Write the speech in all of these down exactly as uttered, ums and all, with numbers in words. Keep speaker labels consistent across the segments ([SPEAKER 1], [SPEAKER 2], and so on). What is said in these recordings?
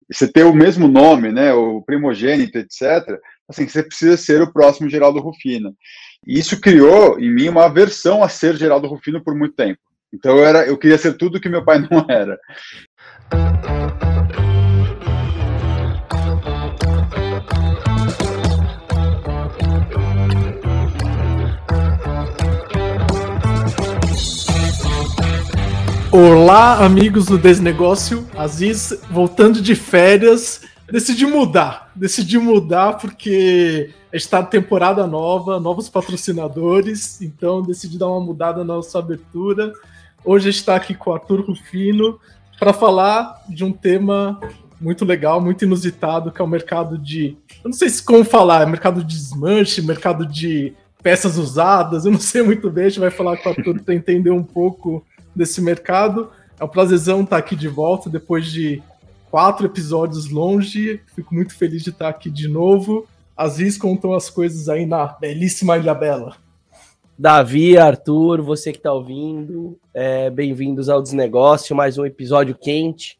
[SPEAKER 1] você ter o mesmo nome, né, o primogênito, etcétera, assim, você precisa ser o próximo Geraldo Rufino. E isso criou em mim uma aversão a ser Geraldo Rufino por muito tempo. Então eu, era, eu queria ser tudo que meu pai não era.
[SPEAKER 2] Olá, amigos do Desnegócio. Aziz, voltando de férias, decidi mudar. Decidi mudar porque está temporada nova, novos patrocinadores, então decidi dar uma mudada na nossa abertura. Hoje está aqui com o Arthur Rufino para falar de um tema muito legal, muito inusitado, que é o mercado de... Eu não sei se como falar, é mercado de desmanche, mercado de peças usadas, eu não sei muito bem, a gente vai falar com o Arthur para entender um pouco desse mercado. É um prazerzão estar aqui de volta depois de quatro episódios longe. Fico muito feliz de estar aqui de novo. Aziz contou as coisas aí na belíssima Ilha Bela.
[SPEAKER 3] Davi, Arthur, você que está ouvindo, é, bem-vindos ao Desnegócio, mais um episódio quente.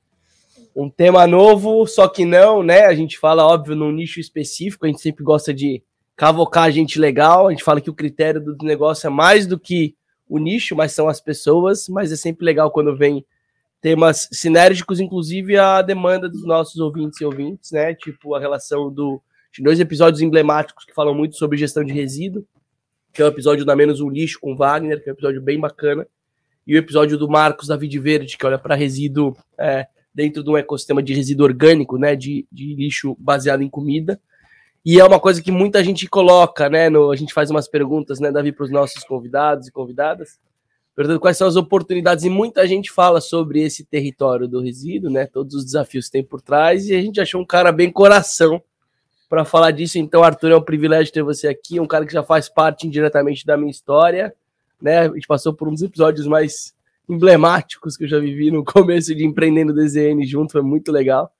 [SPEAKER 3] Um tema novo, só que não, né? A gente fala, óbvio, num nicho específico, a gente sempre gosta de cavocar gente legal, a gente fala que o critério do negócio é mais do que o nicho, mas são as pessoas, mas é sempre legal quando vem temas sinérgicos, inclusive a demanda dos nossos ouvintes e ouvintes, né? Tipo a relação do, de dois episódios emblemáticos que falam muito sobre gestão de resíduo, que é o episódio da Menos um Lixo com o Wagner, que é um episódio bem bacana, e o episódio do Marcos da Vide Verde, que olha para resíduo é, dentro de um ecossistema de resíduo orgânico, né? De, de lixo baseado em comida. E é uma coisa que muita gente coloca, né? No, a gente faz umas perguntas, né, Davi, para os nossos convidados e convidadas, perguntando quais são as oportunidades, e muita gente fala sobre esse território do resíduo, né? Todos os desafios que tem por trás, e a gente achou um cara bem coração para falar disso. Então, Arthur, é um privilégio ter você aqui, um cara que já faz parte indiretamente da minha história, né? A gente passou por um dos episódios mais emblemáticos que eu já vivi no começo de Empreendendo D Z N junto, foi muito legal.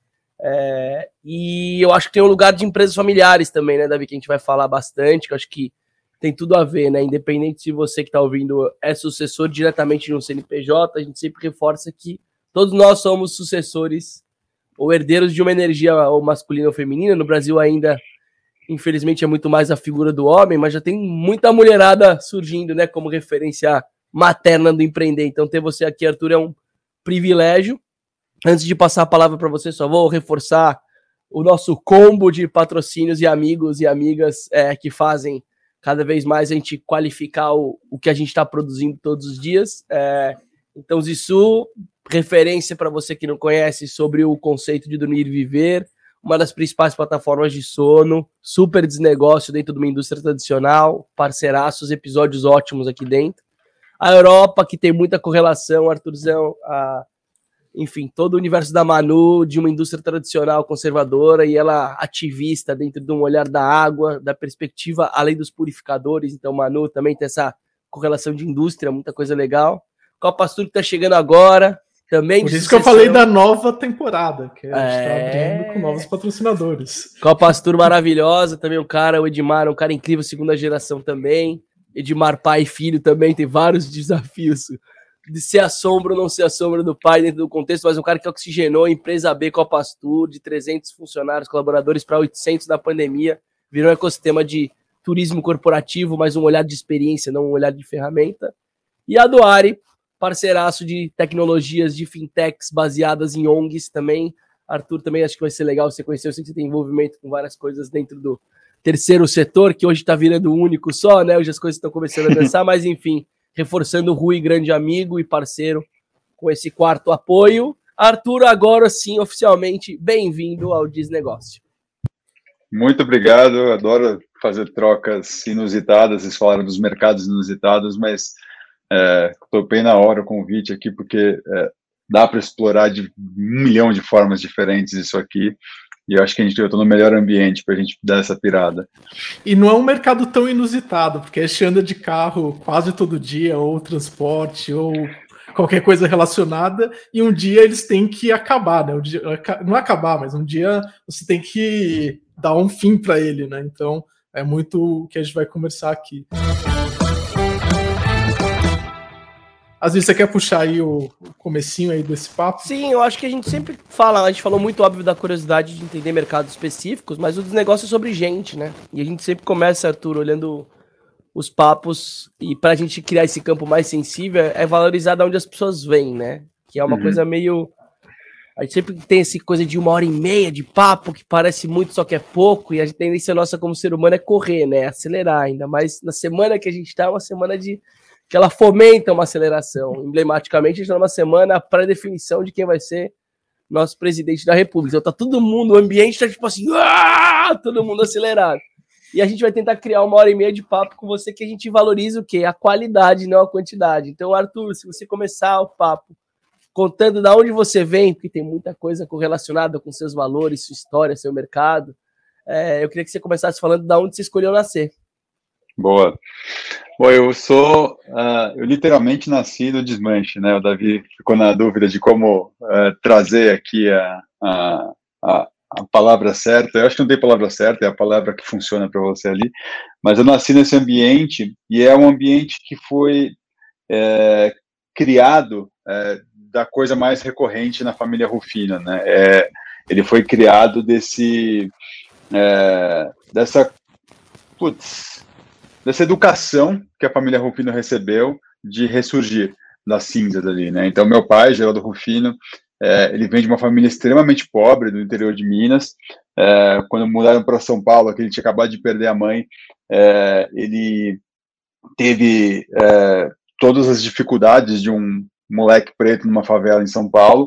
[SPEAKER 3] É, e eu acho que tem um lugar de empresas familiares também, né, Davi, que a gente vai falar bastante, que eu acho que tem tudo a ver, né, independente se você que está ouvindo é sucessor diretamente de um C N P J, a gente sempre reforça que todos nós somos sucessores ou herdeiros de uma energia ou masculina ou feminina. No Brasil ainda, infelizmente, é muito mais a figura do homem, mas já tem muita mulherada surgindo, né, como referência materna do empreender. Então ter você aqui, Arthur, é um privilégio. Antes de passar a palavra para você, só vou reforçar o nosso combo de patrocínios e amigos e amigas é, que fazem cada vez mais a gente qualificar o, o que a gente está produzindo todos os dias. É, então, Zissu, referência para você que não conhece sobre o conceito de dormir e viver, uma das principais plataformas de sono, super desnegócio dentro de uma indústria tradicional, parceiraços, episódios ótimos aqui dentro. A Europa, que tem muita correlação, Arthurzão, a... enfim, todo o universo da Manu, de uma indústria tradicional conservadora, e ela ativista dentro de um olhar da água, da perspectiva além dos purificadores. Então, Manu também tem essa correlação de indústria, muita coisa legal. Copa Astur que tá chegando agora, também.
[SPEAKER 2] Por isso que eu falei da nova temporada, que a gente é... tá abrindo com novos patrocinadores.
[SPEAKER 3] Copa Astur maravilhosa, também um cara, o Edmar, um cara incrível, segunda geração também. Edmar, pai e filho também, tem vários desafios de ser a sombra ou não ser a sombra do pai dentro do contexto, mas um cara que oxigenou a empresa B Copa Astur, de trezentos funcionários, colaboradores para oitocentos na pandemia, virou um ecossistema de turismo corporativo, mas um olhar de experiência, não um olhar de ferramenta. E a Doari, parceiraço de tecnologias de fintechs baseadas em O N Gs também. Arthur, também acho que vai ser legal você conhecer, eu sei que você tem envolvimento com várias coisas dentro do terceiro setor, que hoje está virando único só, né? Hoje as coisas estão começando a dançar, mas enfim, reforçando o Rui, grande amigo e parceiro, com esse quarto apoio. Arthur, agora sim, oficialmente, bem-vindo ao Desnegócio.
[SPEAKER 1] Muito obrigado, eu adoro fazer trocas inusitadas, vocês falaram dos mercados inusitados, mas é, topei na hora o convite aqui, porque é, dá para explorar de um milhão de formas diferentes isso aqui, e eu acho que a gente eu tô no melhor ambiente para a gente dar essa pirada.
[SPEAKER 2] E não é um mercado tão inusitado, porque a gente anda de carro quase todo dia, ou transporte, ou qualquer coisa relacionada, e um dia eles têm que acabar, né? Um dia, não acabar, mas um dia você tem que dar um fim para ele, né? Então é muito o que a gente vai conversar aqui. Às vezes você quer puxar aí o, o comecinho aí desse papo?
[SPEAKER 3] Sim, eu acho que a gente sempre fala, a gente falou muito, óbvio, da curiosidade de entender mercados específicos, mas o negócio é sobre gente, né? E a gente sempre começa, Arthur, olhando os papos, e pra gente criar esse campo mais sensível, é valorizar de onde as pessoas vêm, né? Que é uma uhum. coisa meio... A gente sempre tem essa coisa de uma hora e meia de papo, que parece muito, só que é pouco, e a tendência nossa como ser humano é correr, né? Acelerar, ainda mais na semana que a gente tá, uma semana de... que ela fomenta uma aceleração. Emblematicamente, a gente está numa semana para definição de quem vai ser nosso presidente da República. Então tá todo mundo, o ambiente tá tipo assim, Aaah! Todo mundo acelerado. E a gente vai tentar criar uma hora e meia de papo com você que a gente valoriza o quê? A qualidade, não a quantidade. Então, Arthur, se você começar o papo contando de onde você vem, porque tem muita coisa correlacionada com seus valores, sua história, seu mercado, é, eu queria que você começasse falando de onde você escolheu nascer.
[SPEAKER 1] Boa. Bom, eu sou, uh, eu literalmente nasci no Desmanche, né? O Davi ficou na dúvida de como uh, trazer aqui a, a, a, a palavra certa. Eu acho que não tem palavra certa, é a palavra que funciona para você ali. Mas eu nasci nesse ambiente, e é um ambiente que foi é, criado é, da coisa mais recorrente na família Rufino, né? É, ele foi criado desse, é, dessa, putz, dessa educação que a família Rufino recebeu de ressurgir das cinzas ali, né? Então, meu pai, Geraldo Rufino, é, ele vem de uma família extremamente pobre do interior de Minas. É, quando mudaram para São Paulo, que ele tinha acabado de perder a mãe, é, ele teve é, todas as dificuldades de um moleque preto numa favela em São Paulo,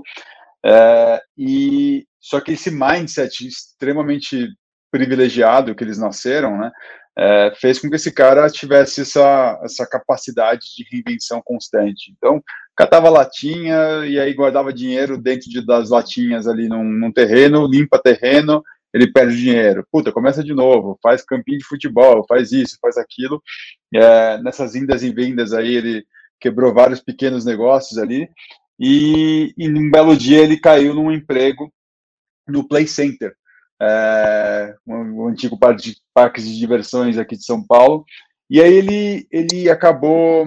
[SPEAKER 1] é, e só que esse mindset extremamente privilegiado que eles nasceram, né, é, fez com que esse cara tivesse essa, essa capacidade de reinvenção constante. Então, catava latinha e aí guardava dinheiro dentro de, das latinhas ali num, num terreno, limpa terreno, ele perde dinheiro. Puta, começa de novo, faz campinho de futebol, faz isso, faz aquilo. É, nessas indas e vindas aí, ele quebrou vários pequenos negócios ali, e, e num belo dia ele caiu num emprego no Play Center, é, um, um antigo parque de, parques de diversões aqui de São Paulo, e aí ele, ele acabou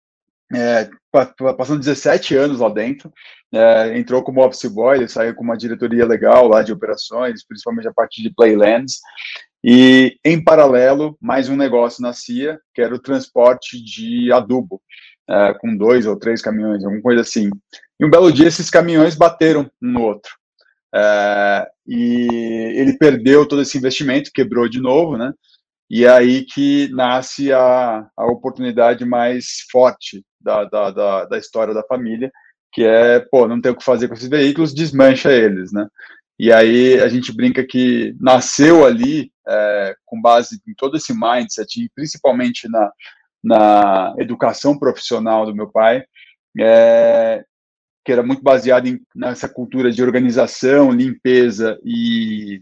[SPEAKER 1] é, passando dezessete anos lá dentro, é, entrou como office boy, ele saiu com uma diretoria legal lá de operações, principalmente a parte de Playlands, e em paralelo, mais um negócio nascia, que era o transporte de adubo, é, com dois ou três caminhões, alguma coisa assim. E um belo dia esses caminhões bateram um no outro. É, e ele perdeu todo esse investimento, quebrou de novo, né? E é aí que nasce a, a oportunidade mais forte da, da, da, da história da família, que é, pô, não tem o que fazer com esses veículos, desmancha eles, né? E aí a gente brinca que nasceu ali, é, com base em todo esse mindset, e principalmente na, na educação profissional do meu pai, é, que era muito baseado em, nessa cultura de organização, limpeza e,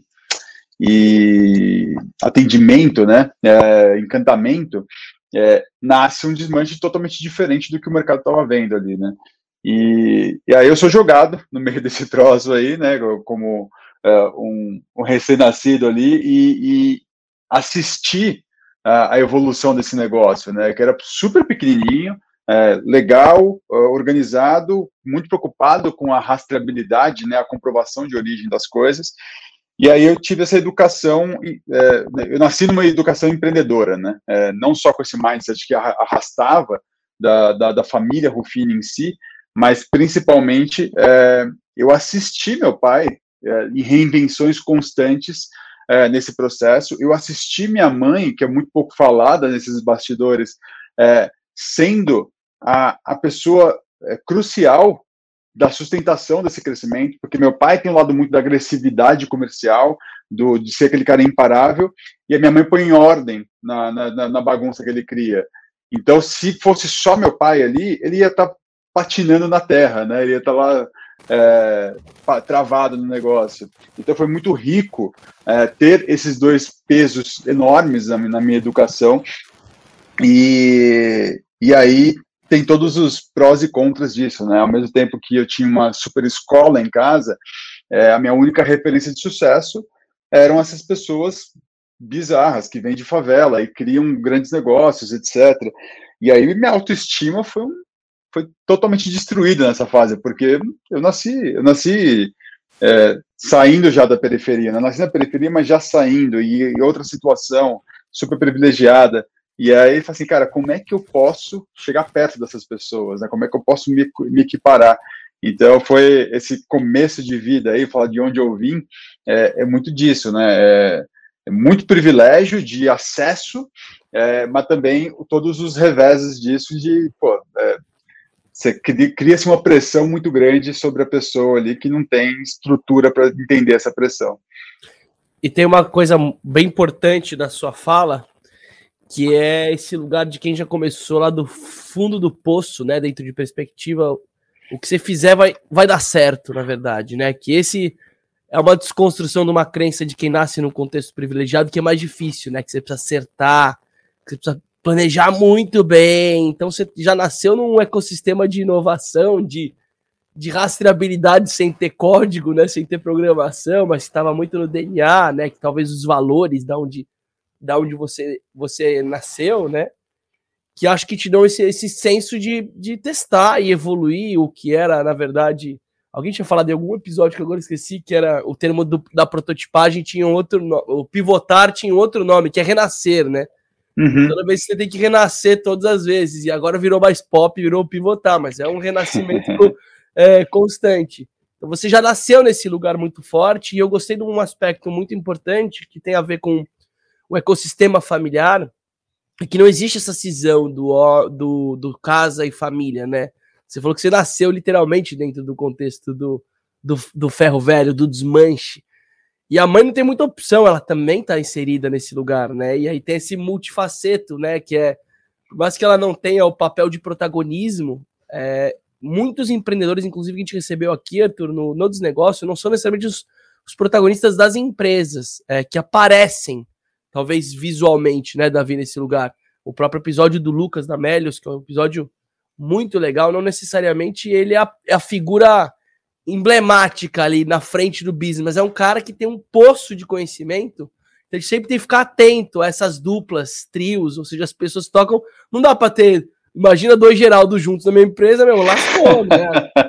[SPEAKER 1] e atendimento, né, é, encantamento, é, nasce um desmanche totalmente diferente do que o mercado estava vendo ali, né. E, e aí eu sou jogado no meio desse troço aí, né, como uh, um, um recém-nascido ali, e, e assisti a, a evolução desse negócio, né, que era super pequenininho, é, legal, uh, organizado, muito preocupado com a rastreabilidade, né, a comprovação de origem das coisas. E aí eu tive essa educação, é, eu nasci numa educação empreendedora, né, é, não só com esse mindset que arrastava da, da, da família Rufino em si, mas principalmente é, eu assisti meu pai é, em reinvenções constantes é, nesse processo. Eu assisti minha mãe, que é muito pouco falada nesses bastidores, é, sendo a, a pessoa é, crucial da sustentação desse crescimento, porque meu pai tem um lado muito da agressividade comercial, do, de ser aquele cara imparável, e a minha mãe põe em ordem na, na, na bagunça que ele cria. Então, se fosse só meu pai ali, ele ia estar tá patinando na terra, né? Ele ia estar tá lá é, travado no negócio. Então, foi muito rico é, ter esses dois pesos enormes na, na minha educação. E, e aí tem todos os prós e contras disso, né? Ao mesmo tempo que eu tinha uma super escola em casa, é, a minha única referência de sucesso eram essas pessoas bizarras que vêm de favela e criam grandes negócios, etcétera. E aí minha autoestima foi um foi totalmente destruída nessa fase, porque eu nasci, eu nasci é, saindo já da periferia, né? Eu nasci na periferia, mas já saindo, e, e outra situação super privilegiada. E aí, assim, cara, como é que eu posso chegar perto dessas pessoas, né? Como é que eu posso me, me equiparar? Então, foi esse começo de vida aí, falar de onde eu vim, é, é muito disso, né? É, é muito privilégio de acesso, é, mas também todos os reveses disso de, pô, é, você cria-se uma pressão muito grande sobre a pessoa ali que não tem estrutura para entender essa pressão.
[SPEAKER 3] E tem uma coisa bem importante da sua fala, que é esse lugar de quem já começou lá do fundo do poço, né, dentro de perspectiva, o que você fizer vai, vai dar certo, na verdade, né, que esse é uma desconstrução de uma crença de quem nasce num contexto privilegiado, que é mais difícil, né, que você precisa acertar, que você precisa planejar muito bem, então você já nasceu num ecossistema de inovação, de, de rastreabilidade sem ter código, né, sem ter programação, mas estava muito no D N A, né, que talvez os valores da onde da onde você, você nasceu, né? Que acho que te dão esse, esse senso de, de testar e evoluir o que era, na verdade... Alguém tinha falado em algum episódio que eu agora esqueci, que era o termo do, da prototipagem, tinha um outro nome, o pivotar tinha um outro nome, que é renascer, né?
[SPEAKER 1] Uhum.
[SPEAKER 3] Toda vez você tem que renascer todas as vezes, e agora virou mais pop, virou pivotar, mas é um renascimento é, constante. Então você já nasceu nesse lugar muito forte, e eu gostei de um aspecto muito importante, que tem a ver com o ecossistema familiar, é que não existe essa cisão do, do, do casa e família, né? Você falou que você nasceu literalmente dentro do contexto do, do, do ferro velho, do desmanche. E a mãe não tem muita opção, ela também está inserida nesse lugar, né? E aí tem esse multifaceto, né? Que é, por mais que ela não tenha o papel de protagonismo, é, muitos empreendedores, inclusive que a gente recebeu aqui, Arthur, no, no Desnegócio, não são necessariamente os, os protagonistas das empresas é, que aparecem, talvez visualmente, né, Davi, nesse lugar. O próprio episódio do Lucas da Melios, que é um episódio muito legal, não necessariamente ele é a, é a figura emblemática ali na frente do business, mas é um cara que tem um poço de conhecimento, então ele sempre tem que ficar atento a essas duplas, trios, ou seja, as pessoas tocam, não dá para ter, imagina dois Geraldo juntos na mesma empresa, meu, lascou, né?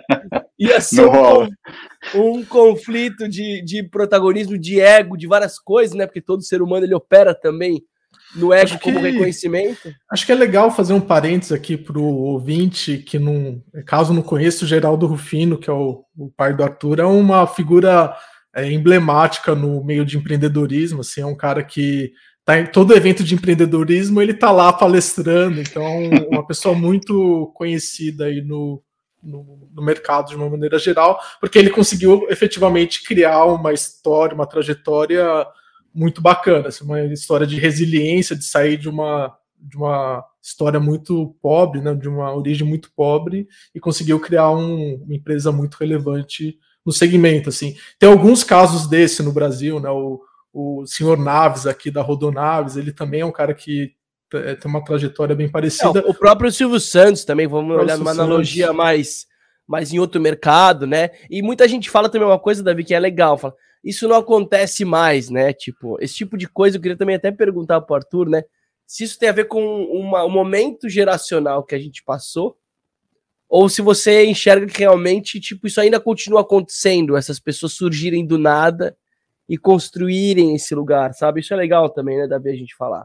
[SPEAKER 3] Ia ser um, um conflito de, de protagonismo, de ego, de várias coisas, né? Porque todo ser humano ele opera também no ego como que, reconhecimento.
[SPEAKER 2] Acho que é legal fazer um parênteses aqui para o ouvinte que, não, caso não conheça, o Geraldo Rufino, que é o, o pai do Arthur, é uma figura é, emblemática no meio de empreendedorismo. Assim, é um cara que tá em todo evento de empreendedorismo, ele tá lá palestrando. Então, uma pessoa muito conhecida aí no No, no mercado de uma maneira geral, porque ele conseguiu efetivamente criar uma história, uma trajetória muito bacana, assim, uma história de resiliência, de sair de uma, de uma história muito pobre, né, de uma origem muito pobre, e conseguiu criar um, uma empresa muito relevante no segmento. Assim. Tem alguns casos desse no Brasil, né, o, o senhor Naves aqui da Rodonaves, ele também é um cara que tem uma trajetória bem parecida.
[SPEAKER 3] É, o próprio Silvio Santos também, vamos olhar numa analogia mais, mais em outro mercado, né? E muita gente fala também uma coisa, Davi, que é legal, fala, isso não acontece mais, né? Tipo, esse tipo de coisa eu queria também até perguntar pro Arthur, né? Se isso tem a ver com uma, um momento geracional que a gente passou, ou se você enxerga que realmente, tipo, isso ainda continua acontecendo, essas pessoas surgirem do nada e construírem esse lugar, sabe? Isso é legal também, né, Davi, a gente falar.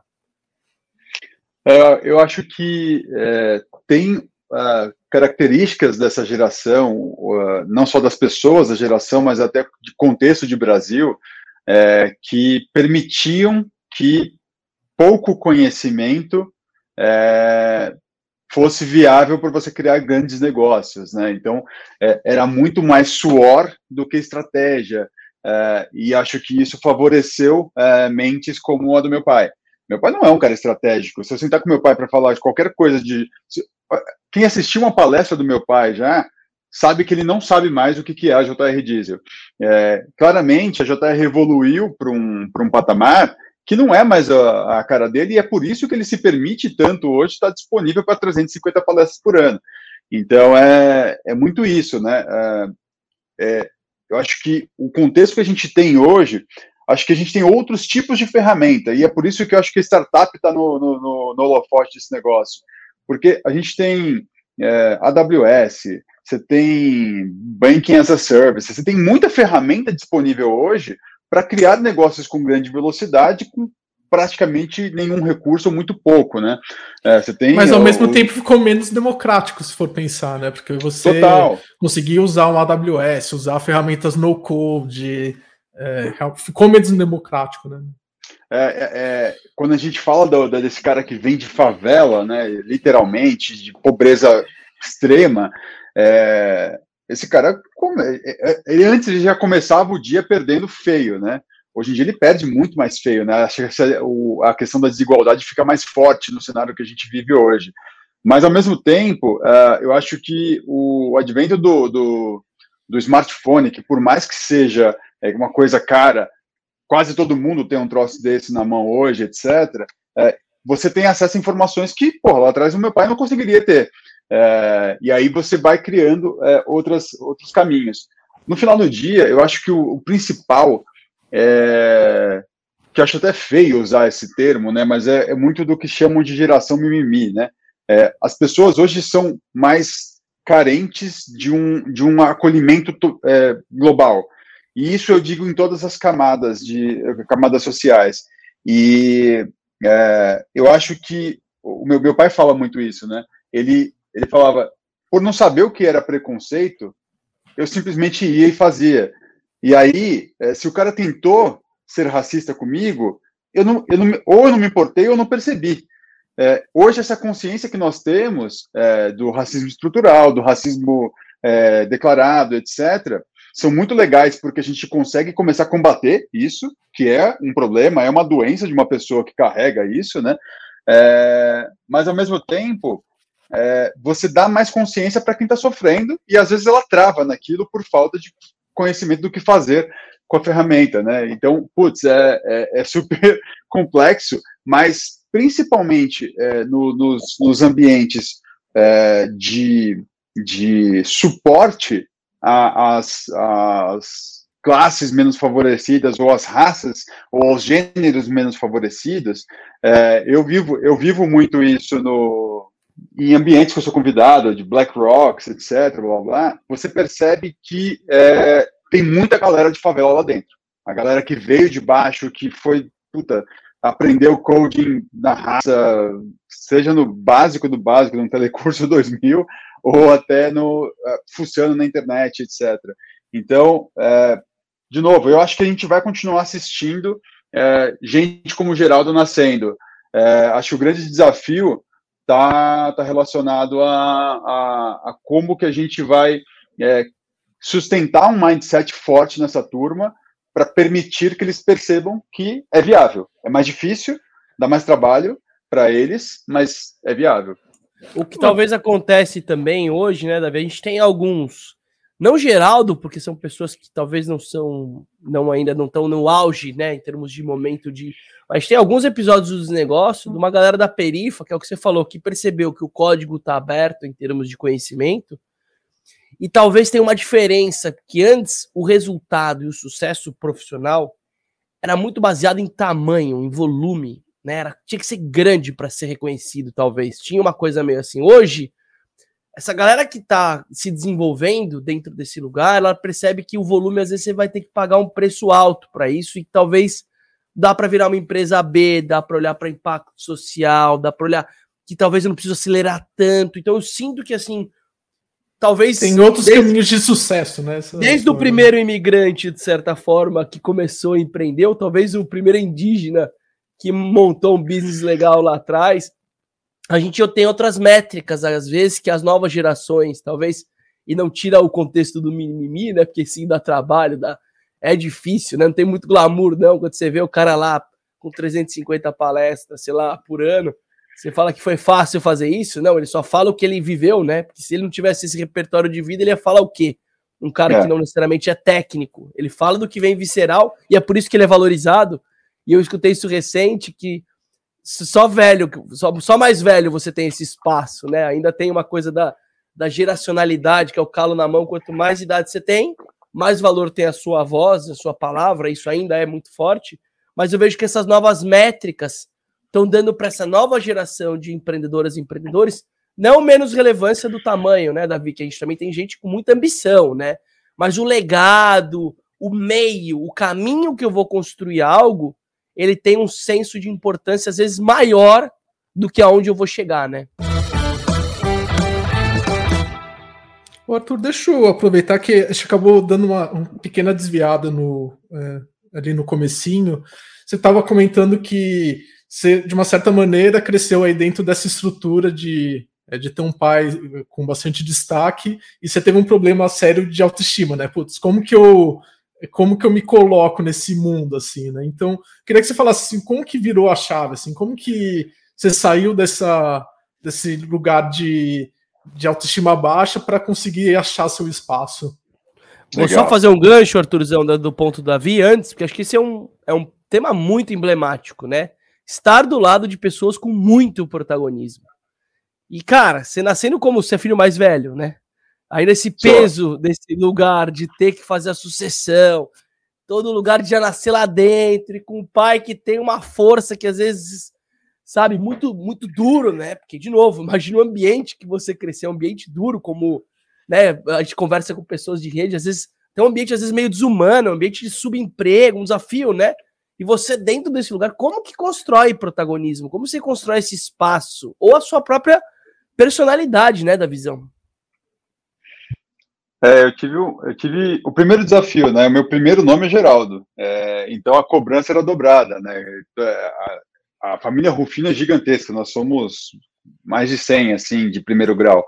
[SPEAKER 1] Uh, eu acho que é, tem uh, características dessa geração, uh, não só das pessoas da geração, mas até de contexto de Brasil, é, que permitiam que pouco conhecimento é, fosse viável para você criar grandes negócios, né? Então, é, era muito mais suor do que estratégia, é, e acho que isso favoreceu é, mentes como a do meu pai. Meu pai não é um cara estratégico. Se eu sentar com meu pai para falar de qualquer coisa de... Quem assistiu uma palestra do meu pai já sabe que ele não sabe mais o que é a J R Diesel. É, claramente, a J R evoluiu para um, para um patamar que não é mais a, a cara dele, e é por isso que ele se permite tanto hoje estar disponível para trezentas e cinquenta palestras por ano. Então, é, é muito isso, né? É, é, eu acho que o contexto que a gente tem hoje... Acho que a gente tem outros tipos de ferramenta, e é por isso que eu acho que a startup está no, no, no holofote desse negócio. Porque a gente tem é, A W S, você tem Banking as a Service, você tem muita ferramenta disponível hoje para criar negócios com grande velocidade, com praticamente nenhum recurso ou muito pouco, né? É, você tem,
[SPEAKER 2] Mas ao
[SPEAKER 1] o,
[SPEAKER 2] mesmo tempo ficou menos democrático, se for pensar, né? Porque você
[SPEAKER 1] total.
[SPEAKER 2] conseguia usar um A W S, usar ferramentas no-code, é, ficou menos democrático, né?
[SPEAKER 1] É, é, é, quando a gente fala do, desse cara que vem de favela, né, literalmente, de pobreza extrema, é, esse cara, ele antes ele já começava o dia perdendo feio, né? Hoje em dia ele perde muito mais feio, né? Acho que a questão da desigualdade fica mais forte no cenário que a gente vive hoje. Mas, ao mesmo tempo, uh, eu acho que o advento do, do, do smartphone, que por mais que seja uma coisa cara, quase todo mundo tem um troço desse na mão hoje, etcétera, é, você tem acesso a informações que, porra, lá atrás o meu pai não conseguiria ter. É, e aí você vai criando é, outras, outros caminhos. No final do dia, eu acho que o, o principal... É, que eu acho até feio usar esse termo, né, mas é, é muito do que chamam de geração mimimi, né? É, as pessoas hoje são mais carentes de um, de um acolhimento é, global. E isso eu digo em todas as camadas, de, camadas sociais. E é, eu acho que o meu, meu pai fala muito isso, né? Ele, ele falava, por não saber o que era preconceito, eu simplesmente ia e fazia. E aí, se o cara tentou ser racista comigo, eu não, eu não, ou eu não me importei ou eu não percebi. É, hoje, essa consciência que nós temos é, do racismo estrutural, do racismo é, declarado, etcétera, são muito legais porque a gente consegue começar a combater isso, que é um problema, é uma doença de uma pessoa que carrega isso, né? É, mas, ao mesmo tempo, é, você dá mais consciência para quem está sofrendo e, às vezes, ela trava naquilo por falta de conhecimento do que fazer com a ferramenta, né? Então, putz, é, é, é super complexo, mas principalmente é, no, nos, nos ambientes é, de, de suporte às, às classes menos favorecidas ou às raças ou aos gêneros menos favorecidos, é, eu vivo eu vivo muito isso no em ambientes que eu sou convidado, de Black Rocks, etcétera, blá, blá, você percebe que é, tem muita galera de favela lá dentro. A galera que veio de baixo, que foi, puta, aprendeu coding na raça, seja no básico do básico, no Telecurso dois mil, ou até no uh, funciona na internet, etcétera. Então, é, de novo, eu acho que a gente vai continuar assistindo é, gente como o Geraldo nascendo. É, acho que o grande desafio está tá relacionado a, a, a como que a gente vai é, sustentar um mindset forte nessa turma para permitir que eles percebam que é viável. É mais difícil, dá mais trabalho para eles, mas é viável.
[SPEAKER 3] O que talvez acontece também hoje, né, Davi? A gente tem alguns, não Geraldo, porque são pessoas que talvez não são, não ainda não estão no auge, né, em termos de momento de... Mas tem alguns episódios dos negócios de uma galera da perifa, que é o que você falou, que percebeu que o código está aberto em termos de conhecimento, e talvez tenha uma diferença, que antes o resultado e o sucesso profissional era muito baseado em tamanho, em volume, né? Era, tinha que ser grande para ser reconhecido, talvez. Tinha uma coisa meio assim. Hoje, essa galera que está se desenvolvendo dentro desse lugar, ela percebe que o volume, às vezes, você vai ter que pagar um preço alto para isso, e talvez dá para virar uma empresa B, dá para olhar para impacto social, dá para olhar que talvez eu não preciso acelerar tanto. Então eu sinto que, assim, talvez...
[SPEAKER 2] Tem outros desde, caminhos de sucesso, né? Essa
[SPEAKER 3] desde história. O primeiro imigrante, de certa forma, que começou a empreender, ou talvez o primeiro indígena que montou um business legal lá atrás, a gente tem outras métricas, às vezes, que as novas gerações, talvez, e não tira o contexto do mimimi, né? Porque sim, dá trabalho, dá... é difícil, né? Não tem muito glamour, não, quando você vê o cara lá com trezentas e cinquenta palestras, sei lá, por ano, você fala que foi fácil fazer isso? Não, ele só fala o que ele viveu, né? Porque se ele não tivesse esse repertório de vida, ele ia falar o quê? Um cara é. que não necessariamente é técnico. Ele fala do que vem visceral, e é por isso que ele é valorizado. E eu escutei isso recente, que só velho, só, só mais velho você tem esse espaço, né? Ainda tem uma coisa da, da geracionalidade, que é o calo na mão. Quanto mais idade você tem, mais valor tem a sua voz, a sua palavra. Isso ainda é muito forte. Mas eu vejo que essas novas métricas estão dando para essa nova geração de empreendedoras e empreendedores Não menos relevância do tamanho, né, Davi? Que a gente também tem gente com muita ambição, né? Mas o legado, o meio, o caminho que eu vou construir algo, ele tem um senso de importância, às vezes, maior do que aonde eu vou chegar, né?
[SPEAKER 2] O Arthur, deixa eu aproveitar que a gente acabou dando uma, uma pequena desviada no, é, ali no comecinho. Você estava comentando que você, de uma certa maneira, cresceu aí dentro dessa estrutura de, de ter um pai com bastante destaque e você teve um problema sério de autoestima, né? Putz, como que eu, como que eu me coloco nesse mundo, assim, né? Então, queria que você falasse assim, como que virou a chave, assim, como que você saiu dessa, desse lugar de de autoestima baixa para conseguir achar seu espaço.
[SPEAKER 3] Vou Legal. Só fazer um gancho, Arthurzão, do ponto do Davi antes, porque acho que esse é um, é um tema muito emblemático, né? Estar do lado de pessoas com muito protagonismo. E, cara, você nascendo como você é filho mais velho, né? Aí nesse peso Só. desse lugar de ter que fazer a sucessão, todo lugar de já nascer lá dentro, e com um pai que tem uma força que às vezes... sabe, muito, muito duro, né? Porque, de novo, imagina o ambiente que você cresceu, um ambiente duro, como, né, a gente conversa com pessoas de rede, às vezes, tem um ambiente, às vezes, meio desumano, um ambiente de subemprego, um desafio, né? E você, dentro desse lugar, como que constrói protagonismo? Como você constrói esse espaço? Ou a sua própria personalidade, né, da visão?
[SPEAKER 1] É, eu tive, eu tive o primeiro desafio, né? O meu primeiro nome é Geraldo, é, então a cobrança era dobrada, né? A, A família Rufino é gigantesca, nós somos mais de cem, assim, de primeiro grau.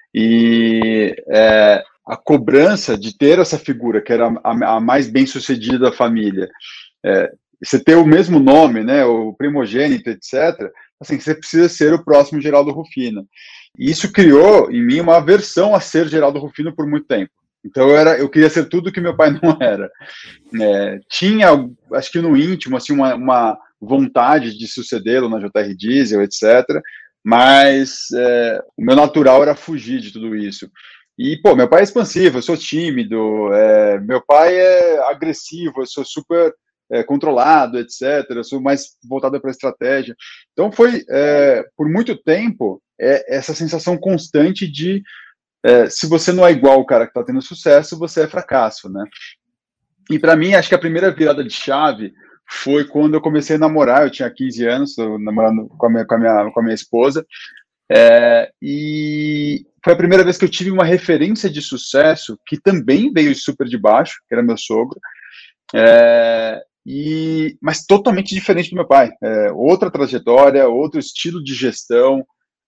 [SPEAKER 1] E é, a cobrança de ter essa figura, que era a, a mais bem-sucedida da família, é, você ter o mesmo nome, né, o primogênito, etcétera, assim, você precisa ser o próximo Geraldo Rufino. E isso criou em mim uma aversão a ser Geraldo Rufino por muito tempo. Então eu, era, eu queria ser tudo que meu pai não era. É, tinha, acho que no íntimo, assim, uma... uma vontade de sucedê-lo na J R Diesel, etcétera. Mas é, o meu natural era fugir de tudo isso. E, pô, meu pai é expansivo, eu sou tímido, é, meu pai é agressivo, eu sou super é, controlado, etcétera. Eu sou mais voltado para a estratégia. Então foi, é, por muito tempo, é, essa sensação constante de é, se você não é igual o cara que está tendo sucesso, você é fracasso, né? E para mim, acho que a primeira virada de chave foi quando eu comecei a namorar. Eu tinha quinze anos, namorando com a minha, com a minha, com a minha esposa, é, e foi a primeira vez que eu tive uma referência de sucesso que também veio super de baixo, que era meu sogro, é, e, mas totalmente diferente do meu pai. É, outra trajetória, outro estilo de gestão,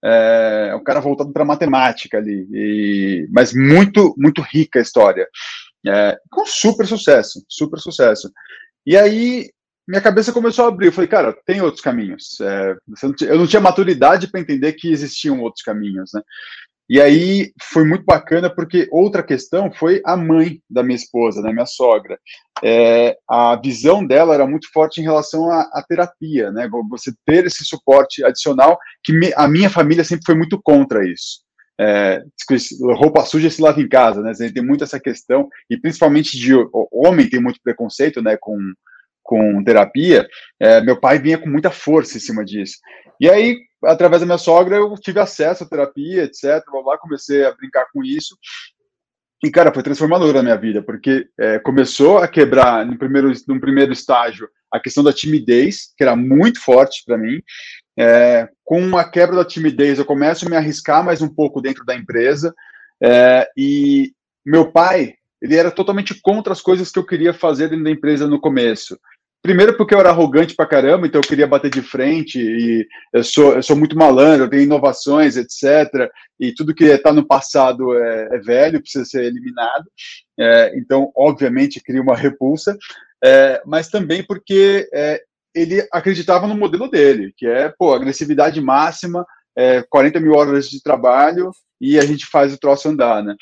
[SPEAKER 1] é um cara voltado para matemática ali, e, mas muito, muito rica a história, é, com super sucesso, super sucesso. E aí minha cabeça começou a abrir. Eu falei, cara, tem outros caminhos. É, eu não tinha maturidade para entender que existiam outros caminhos, né? E aí foi muito bacana, porque outra questão foi a mãe da minha esposa, da minha sogra. É, a visão dela era muito forte em relação à, à terapia, né? Você ter esse suporte adicional, que me, a minha família sempre foi muito contra isso. É, roupa suja se lava em casa, né? Tem muito essa questão, e principalmente de homem tem muito preconceito, né, com com terapia. É, meu pai vinha com muita força em cima disso. E aí, através da minha sogra, eu tive acesso à terapia, etcétera. Blá, blá, comecei a brincar com isso. E, cara, foi transformador na minha vida, porque é, começou a quebrar, no primeiro, no primeiro estágio, a questão da timidez, que era muito forte para mim. É, com a quebra da timidez, eu começo a me arriscar mais um pouco dentro da empresa. É, e meu pai, ele era totalmente contra as coisas que eu queria fazer dentro da empresa no começo. Primeiro porque eu era arrogante pra caramba, então eu queria bater de frente, e eu sou, eu sou muito malandro, eu tenho inovações, etcétera. E tudo que está no passado é, é velho, precisa ser eliminado. É, então, obviamente, cria uma repulsa. É, mas também porque é, ele acreditava no modelo dele, que é, pô, agressividade máxima, é, quarenta mil horas de trabalho e a gente faz o troço andar, né?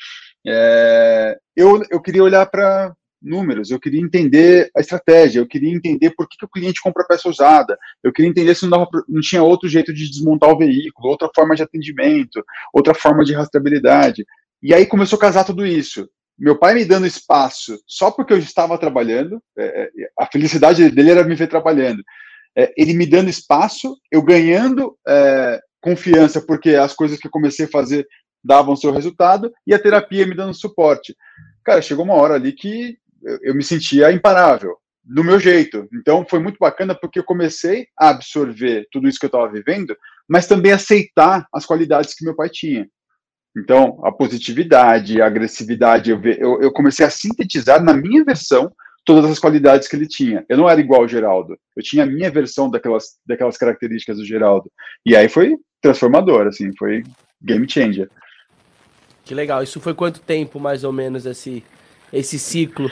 [SPEAKER 1] É, eu, eu queria olhar para números, eu queria entender a estratégia, eu queria entender por que, que o cliente compra peça usada, eu queria entender se não, dava, não tinha outro jeito de desmontar o veículo, outra forma de atendimento, outra forma de rastreabilidade. E aí começou a casar tudo isso. Meu pai me dando espaço só porque eu estava trabalhando, é, a felicidade dele era me ver trabalhando. É, ele me dando espaço, eu ganhando é, confiança, porque as coisas que eu comecei a fazer davam seu resultado, e a terapia me dando suporte. Cara, chegou uma hora ali que eu, eu me sentia imparável, do meu jeito. Então, foi muito bacana, porque eu comecei a absorver tudo isso que eu estava vivendo, mas também aceitar as qualidades que meu pai tinha. Então, a positividade, a agressividade, eu, eu, eu comecei a sintetizar na minha versão todas as qualidades que ele tinha. Eu não era igual ao Geraldo, eu tinha a minha versão daquelas, daquelas características do Geraldo. E aí foi transformador, assim, foi game changer.
[SPEAKER 3] Que legal. Isso foi quanto tempo, mais ou menos, esse, esse ciclo?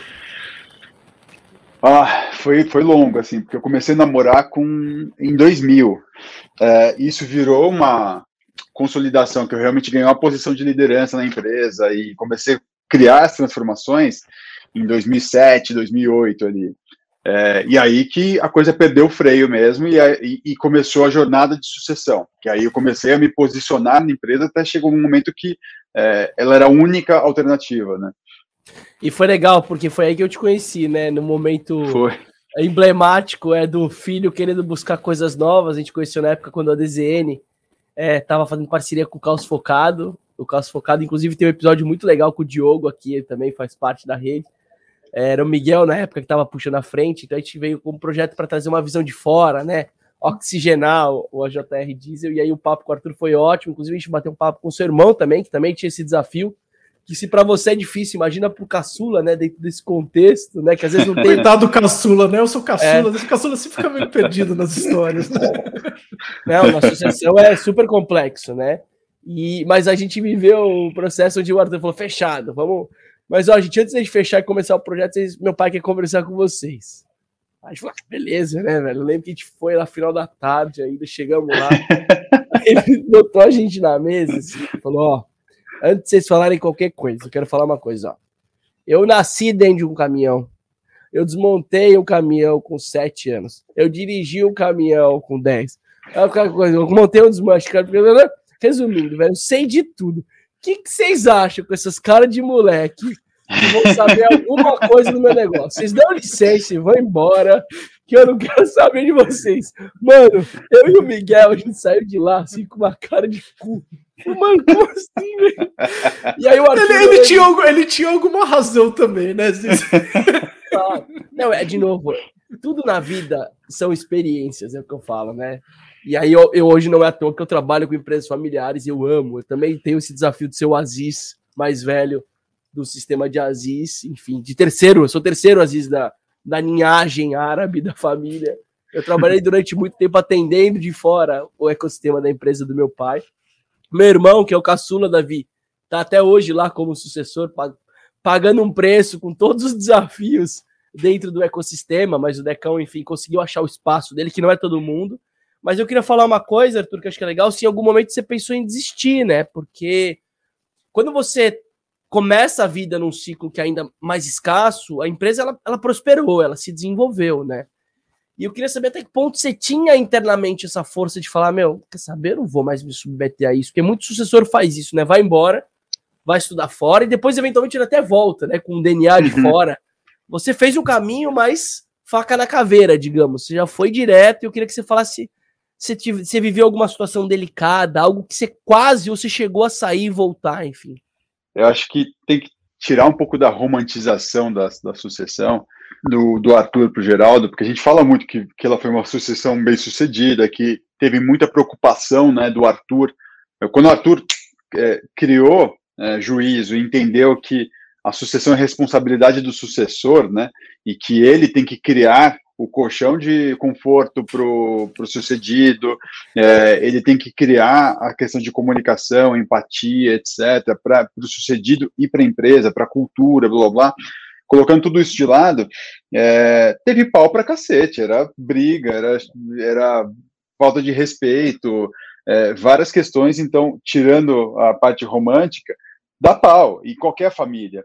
[SPEAKER 1] Ah, foi, foi longo, assim, porque eu comecei a namorar com, em dois mil. É, isso virou uma consolidação, que eu realmente ganhei uma posição de liderança na empresa e comecei a criar as transformações em dois mil e sete, dois mil e oito ali. É, e aí que a coisa perdeu o freio mesmo e, e, e começou a jornada de sucessão, que aí eu comecei a me posicionar na empresa até chegou um momento que é, ela era a única alternativa, né?
[SPEAKER 3] E foi legal, porque foi aí que eu te conheci, né? No momento
[SPEAKER 1] foi.
[SPEAKER 3] emblemático é do filho querendo buscar coisas novas. A gente conheceu na época quando a D Z N estava é, fazendo parceria com o Caos Focado. O Caos Focado, inclusive, tem um episódio muito legal com o Diogo aqui, ele também faz parte da rede. Era o Miguel, na época, que estava puxando a frente, então a gente veio com um projeto para trazer uma visão de fora, né? Oxigenar o A J R Diesel, e aí o papo com o Arthur foi ótimo. Inclusive, a gente bateu um papo com o seu irmão também, que também tinha esse desafio, que se para você é difícil, imagina pro caçula, né? Dentro desse contexto, né? Que às vezes não tem.
[SPEAKER 2] Coitado do caçula, né? Eu sou caçula, é. O caçula sempre fica meio perdido nas histórias. Né?
[SPEAKER 3] Não, uma associação é super complexo, né? E, mas a gente viveu um processo onde o Arthur falou: fechado, vamos. Mas, ó, gente, antes de fechar e começar o projeto, meu pai quer conversar com vocês. Aí a gente falou: beleza, né, velho? Eu lembro que a gente foi lá final da tarde, ainda chegamos lá. Aí ele botou a gente na mesa assim, e falou: ó, antes de vocês falarem qualquer coisa, eu quero falar uma coisa, ó. Eu nasci dentro de um caminhão. Eu desmontei um caminhão com sete anos. Eu dirigi um caminhão com dez. Eu montei um desmanche. Resumindo, velho, eu sei de tudo. O que, que vocês acham com essas caras de moleque que vão saber alguma coisa do meu negócio? Vocês dão licença e vão embora, que eu não quero saber de vocês. Mano, eu e o Miguel, a gente saiu de lá assim com uma cara de cu. Mano, como assim, velho? E aí o Arthur,
[SPEAKER 2] ele, ele, tinha, ele tinha alguma razão também, né?
[SPEAKER 3] Ah, não, é de novo, tudo na vida são experiências, é o que eu falo, né? E aí eu, eu hoje não é à toa que eu trabalho com empresas familiares, eu amo, eu também tenho esse desafio de ser o Aziz mais velho do sistema de Aziz, enfim, de terceiro, eu sou terceiro Aziz da, da linhagem árabe da família. Eu trabalhei durante muito tempo atendendo de fora o ecossistema da empresa do meu pai. Meu irmão, que é o caçula Davi, tá até hoje lá como sucessor, pagando um preço com todos os desafios dentro do ecossistema, mas o Decão, enfim, conseguiu achar o espaço dele, que não é todo mundo. Mas eu queria falar uma coisa, Arthur, que eu acho que é legal, se em algum momento você pensou em desistir, né? Porque quando você começa a vida num ciclo que é ainda mais escasso, a empresa, ela, ela prosperou, ela se desenvolveu, né? E eu queria saber até que ponto você tinha internamente essa força de falar, meu, quer saber, eu não vou mais me submeter a isso, porque muito sucessor faz isso, né? Vai embora, vai estudar fora e depois, eventualmente, ele até volta, né? Com o D N A de uhum. fora. Você fez o caminho, mas faca na caveira, digamos. Você já foi direto e eu queria que você falasse se você viveu alguma situação delicada, algo que você quase ou você chegou a sair e voltar, enfim.
[SPEAKER 1] Eu acho que tem que tirar um pouco da romantização da, da sucessão do, do Arthur para o Geraldo, porque a gente fala muito que, que ela foi uma sucessão bem sucedida, que teve muita preocupação, né, do Arthur. Quando o Arthur é, criou é, juízo e entendeu que a sucessão é responsabilidade do sucessor, né, e que ele tem que criar o colchão de conforto para o sucedido, é, ele tem que criar a questão de comunicação, empatia, etcétera, para o sucedido e para a empresa, para a cultura, blá, blá, blá. Colocando tudo isso de lado, é, teve pau para cacete, era briga, era, era falta de respeito, é, várias questões, então, tirando a parte romântica, dá pau, em qualquer família.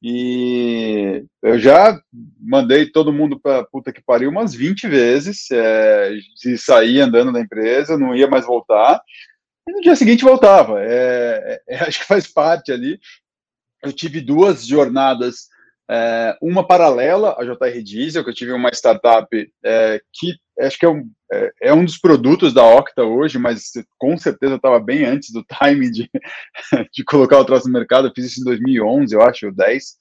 [SPEAKER 1] E eu já mandei todo mundo para puta que pariu umas vinte vezes, é, se sair andando da empresa, não ia mais voltar, e no dia seguinte voltava. É, é, acho que faz parte ali. Eu tive duas jornadas, é, uma paralela à J R Diesel, que eu tive uma startup é, que acho que é um, é, é um dos produtos da Octa hoje, mas com certeza estava bem antes do time de, de colocar o troço no mercado. Eu fiz isso em dois mil e onze, eu acho, dez.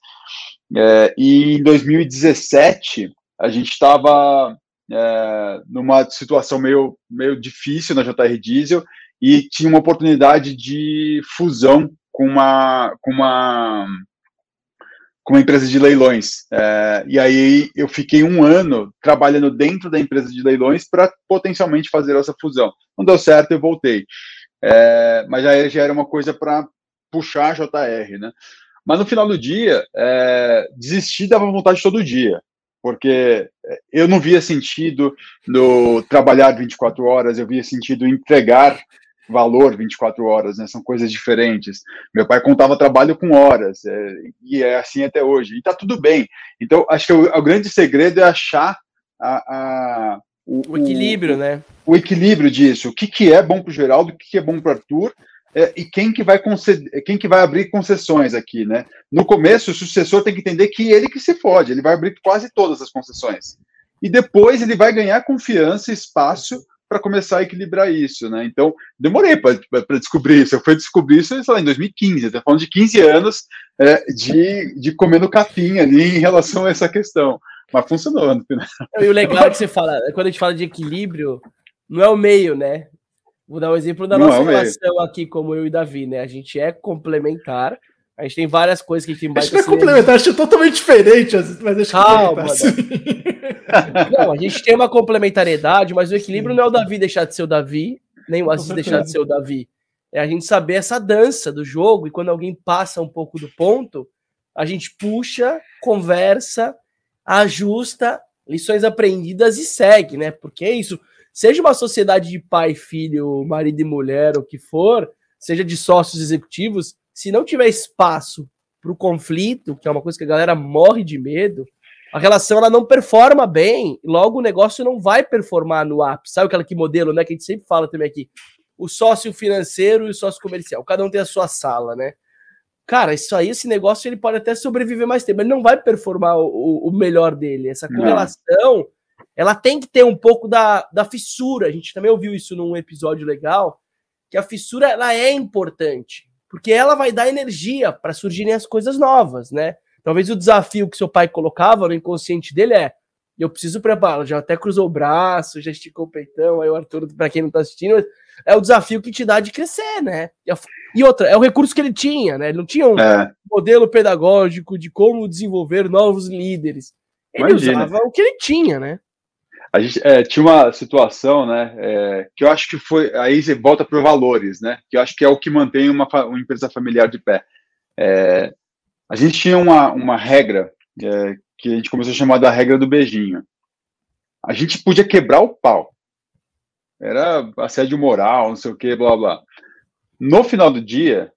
[SPEAKER 1] É, e em dois mil e dezessete, a gente estava é, numa situação meio, meio difícil na J R Diesel e tinha uma oportunidade de fusão com uma... Com uma com uma empresa de leilões, é, e aí eu fiquei um ano trabalhando dentro da empresa de leilões para potencialmente fazer essa fusão. Não deu certo, eu voltei, é, mas já, já era uma coisa para puxar a J R, né? Mas no final do dia, é, desistir dava vontade todo dia, porque eu não via sentido no trabalhar vinte e quatro horas, eu via sentido em entregar valor vinte e quatro horas, né? São coisas diferentes. Meu pai contava trabalho com horas, é, e é assim até hoje, e tá tudo bem. Então, acho que o, o grande segredo é achar a, a,
[SPEAKER 3] o, o equilíbrio,
[SPEAKER 1] o,
[SPEAKER 3] né?
[SPEAKER 1] O equilíbrio disso, o que, que é bom para o Geraldo, o que, que é bom para o Arthur, é, e quem que, vai conceder, quem que vai abrir concessões aqui, né? No começo, o sucessor tem que entender que ele que se fode, ele vai abrir quase todas as concessões. E depois ele vai ganhar confiança e espaço para começar a equilibrar isso, né? Então, demorei para descobrir isso. Eu fui descobrir isso, sei lá, em dois mil e quinze. Estou falando de quinze anos é, de, de comer no capim ali em relação a essa questão. Mas funcionou no final.
[SPEAKER 3] E o legal é que você fala, quando a gente fala de equilíbrio, não é o meio, né? Vou dar um exemplo da não nossa é relação meio. Aqui, como eu e Davi, né? A gente é complementar. A gente tem várias coisas que a gente tem.
[SPEAKER 2] A gente não é complementar, acho totalmente diferente, mas deixa eu
[SPEAKER 3] Calma, assim. Não, a gente tem uma complementariedade, mas o equilíbrio não é o Davi deixar de ser o Davi, nem o Aziz deixar de ser o Davi. É a gente saber essa dança do jogo, e quando alguém passa um pouco do ponto, a gente puxa, conversa, ajusta, lições aprendidas e segue, né? Porque é isso. Seja uma sociedade de pai, filho, marido e mulher, o que for, seja de sócios executivos, se não tiver espaço para o conflito, que é uma coisa que a galera morre de medo, a relação ela não performa bem, logo o negócio não vai performar no ápice. Sabe aquele que modelo, né, que a gente sempre fala também aqui? O sócio financeiro e o sócio comercial. Cada um tem a sua sala, né? Cara, isso aí, esse negócio, ele pode até sobreviver mais tempo, mas ele não vai performar o, o melhor dele. Essa correlação, não. Ela tem que ter um pouco da, da fissura. A gente também ouviu isso num episódio legal, que a fissura, ela é importante, porque ela vai dar energia para surgirem as coisas novas, né? Talvez o desafio que seu pai colocava no inconsciente dele é: eu preciso preparar, já até cruzou o braço, já esticou o peitão, aí o Arthur, para quem não tá assistindo, é o desafio que te dá de crescer, né? E outra, é o recurso que ele tinha, né? Ele não tinha um é. modelo pedagógico de como desenvolver novos líderes. Ele Imagina. usava o que ele tinha, né?
[SPEAKER 1] A gente é, tinha uma situação, né, é, que eu acho que foi, aí você volta para valores, né, que eu acho que é o que mantém uma, uma empresa familiar de pé. É, a gente tinha uma, uma regra é, que a gente começou a chamar da regra do beijinho. A gente podia quebrar o pau. Era assédio moral, não sei o que, blá, blá. No final do dia,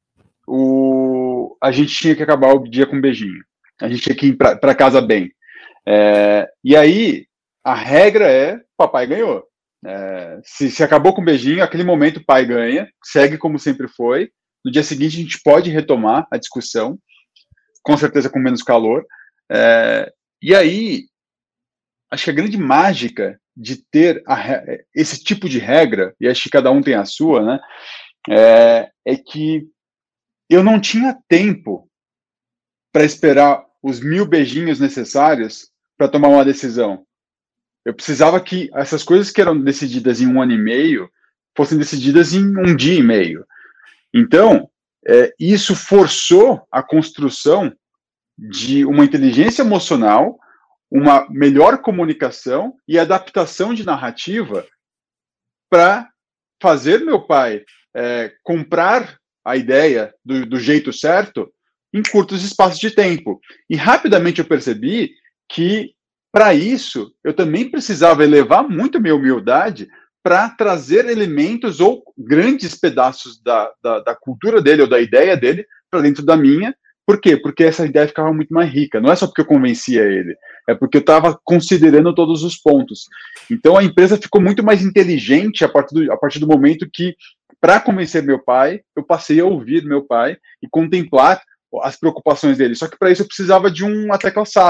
[SPEAKER 1] o, a gente tinha que acabar o dia com um beijinho. A gente tinha que ir para casa bem. É, e aí, a regra é, papai ganhou. É, se, se acabou com o beijinho, aquele momento o pai ganha, segue como sempre foi. No dia seguinte a gente pode retomar a discussão, com certeza com menos calor. É, e aí, acho que a grande mágica de ter a, esse tipo de regra, e acho que cada um tem a sua, né, é, é que eu não tinha tempo para esperar os mil beijinhos necessários para tomar uma decisão. Eu precisava que essas coisas que eram decididas em um ano e meio fossem decididas em um dia e meio. Então, é, isso forçou a construção de uma inteligência emocional, uma melhor comunicação e adaptação de narrativa para fazer meu pai é, comprar a ideia do, do jeito certo em curtos espaços de tempo. E rapidamente eu percebi que para isso, eu também precisava elevar muito a minha humildade para trazer elementos ou grandes pedaços da, da, da cultura dele ou da ideia dele para dentro da minha. Por quê? Porque essa ideia ficava muito mais rica. Não é só porque eu convencia ele, é porque eu estava considerando todos os pontos. Então, a empresa ficou muito mais inteligente a partir do, a partir do momento que, para convencer meu pai, eu passei a ouvir meu pai e contemplar as preocupações dele. Só que para isso eu precisava de uma tecla S A P.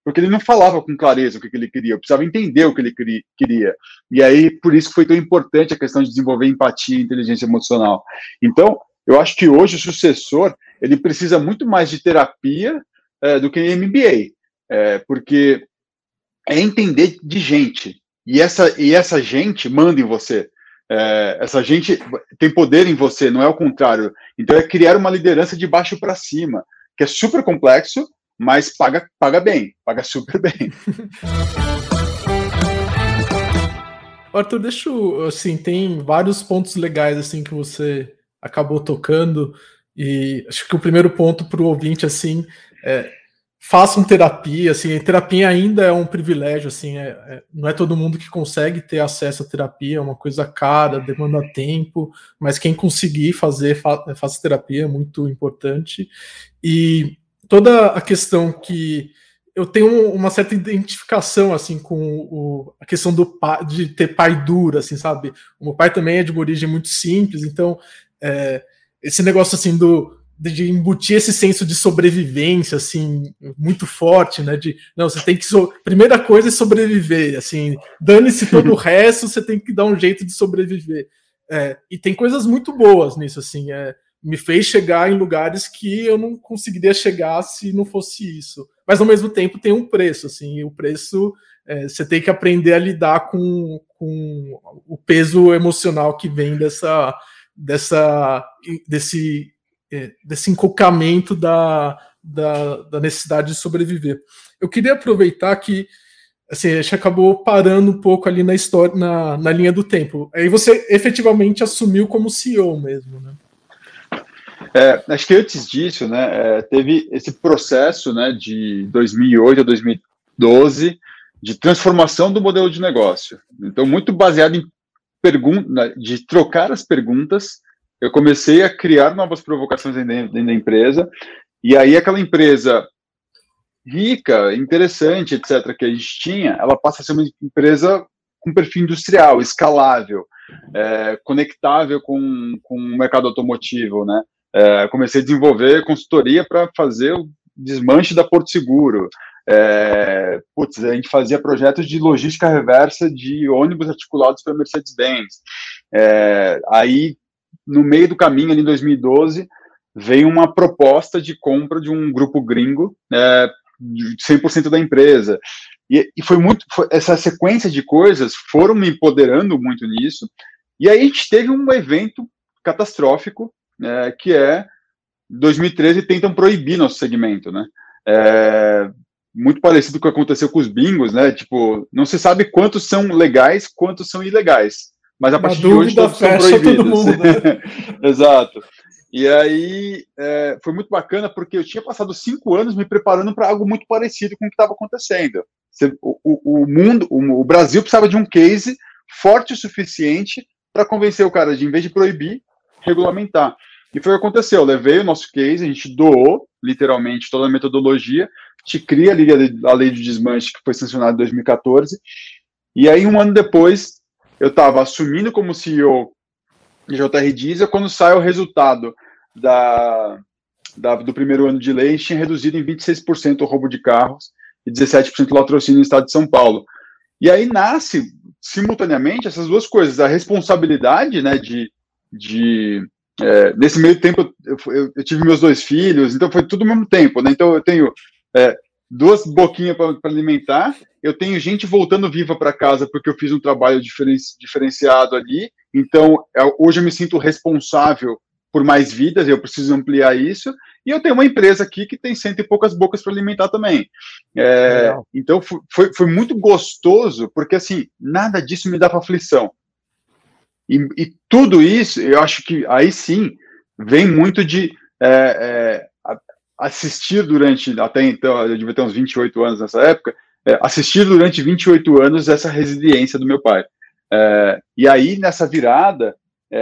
[SPEAKER 1] porque ele não falava com clareza o que, que ele queria, eu precisava entender o que ele queria. E aí, por isso que foi tão importante a questão de desenvolver empatia e inteligência emocional. Então, eu acho que hoje o sucessor, ele precisa muito mais de terapia é, do que M B A, é, porque é entender de gente, e essa, e essa gente manda em você. É, essa gente tem poder em você, não é o contrário. Então é criar uma liderança de baixo para cima, que é super complexo, mas paga, paga bem, paga super bem.
[SPEAKER 2] Arthur, deixa eu, assim, tem vários pontos legais assim que você acabou tocando, e acho que o primeiro ponto para o ouvinte, assim, é façam terapia, assim, a terapia ainda é um privilégio, assim, é, é, não é todo mundo que consegue ter acesso à terapia, é uma coisa cara, demanda tempo, mas quem conseguir fazer, fa faça terapia, é muito importante. E toda a questão que eu tenho uma certa identificação, assim, com o, a questão do pai, de ter pai duro, assim, sabe? O meu pai também é de uma origem muito simples, então, é, esse negócio, assim, do de embutir esse senso de sobrevivência, assim, muito forte, né, de, não, você tem que, so... primeira coisa é sobreviver, assim, dane-se todo o resto, você tem que dar um jeito de sobreviver. É, e tem coisas muito boas nisso, assim, é, me fez chegar em lugares que eu não conseguiria chegar se não fosse isso. Mas, ao mesmo tempo, tem um preço, assim, e o preço, é, você tem que aprender a lidar com, com o peso emocional que vem dessa, dessa, desse desse encocamento da, da, da necessidade de sobreviver. Eu queria aproveitar que assim, a gente acabou parando um pouco ali na história, na, na linha do tempo. Aí você efetivamente assumiu como C E O mesmo, né?
[SPEAKER 1] É, acho que antes disso, né, é, teve esse processo, né, de dois mil e oito a dois mil e doze de transformação do modelo de negócio. Então, muito baseado em pergunta, de trocar as perguntas. Eu comecei a criar novas provocações dentro da empresa, e aí aquela empresa rica, interessante, etcétera, que a gente tinha, ela passa a ser uma empresa com perfil industrial, escalável, é, conectável com, com o mercado automotivo, né? É, comecei a desenvolver consultoria para fazer o desmanche da Porto Seguro. É, putz, a gente fazia projetos de logística reversa de ônibus articulados para Mercedes-Benz. É, aí, no meio do caminho, ali em dois mil e doze, veio uma proposta de compra de um grupo gringo, é, de cem por cento da empresa. E, e foi muito, foi, essa sequência de coisas foram me empoderando muito nisso. E aí a gente teve um evento catastrófico, é, que é, em dois mil e treze, tentam proibir nosso segmento, né? É, muito parecido com o que aconteceu com os bingos, né? Tipo, não se sabe quantos são legais, quantos são ilegais. Mas a
[SPEAKER 2] Na
[SPEAKER 1] partir
[SPEAKER 2] dúvida,
[SPEAKER 1] de hoje todos são proibidos. Todo mundo, né? Exato. E aí é, foi muito bacana porque eu tinha passado cinco anos me preparando para algo muito parecido com o que estava acontecendo. O, o, o mundo, o, o Brasil precisava de um case forte o suficiente para convencer o cara de, em vez de proibir, regulamentar. E foi o que aconteceu. Eu levei o nosso case, a gente doou literalmente toda a metodologia, a gente cria a, a lei de desmanche que foi sancionada em dois mil e quatorze. E aí um ano depois eu estava assumindo como C E O de J R Diesel, quando sai o resultado da, da, do primeiro ano de lei, a gente tinha reduzido em vinte e seis por cento o roubo de carros e dezessete por cento o latrocínio no estado de São Paulo. E aí nasce, simultaneamente, essas duas coisas, a responsabilidade, né, de, de é, nesse meio tempo, eu, eu, eu tive meus dois filhos, então foi tudo ao mesmo tempo, né, então eu tenho é, duas boquinhas para alimentar, eu tenho gente voltando viva para casa porque eu fiz um trabalho diferen, diferenciado ali, então hoje eu me sinto responsável por mais vidas, eu preciso ampliar isso, e eu tenho uma empresa aqui que tem cento e poucas bocas para alimentar também. É, então foi, foi muito gostoso, porque assim, nada disso me dava aflição. E, e tudo isso, eu acho que aí sim, vem muito de é, é, assistir durante, até então, eu devia ter uns vinte e oito anos nessa época, é, assistir durante vinte e oito anos essa resiliência do meu pai. É, e aí, nessa virada,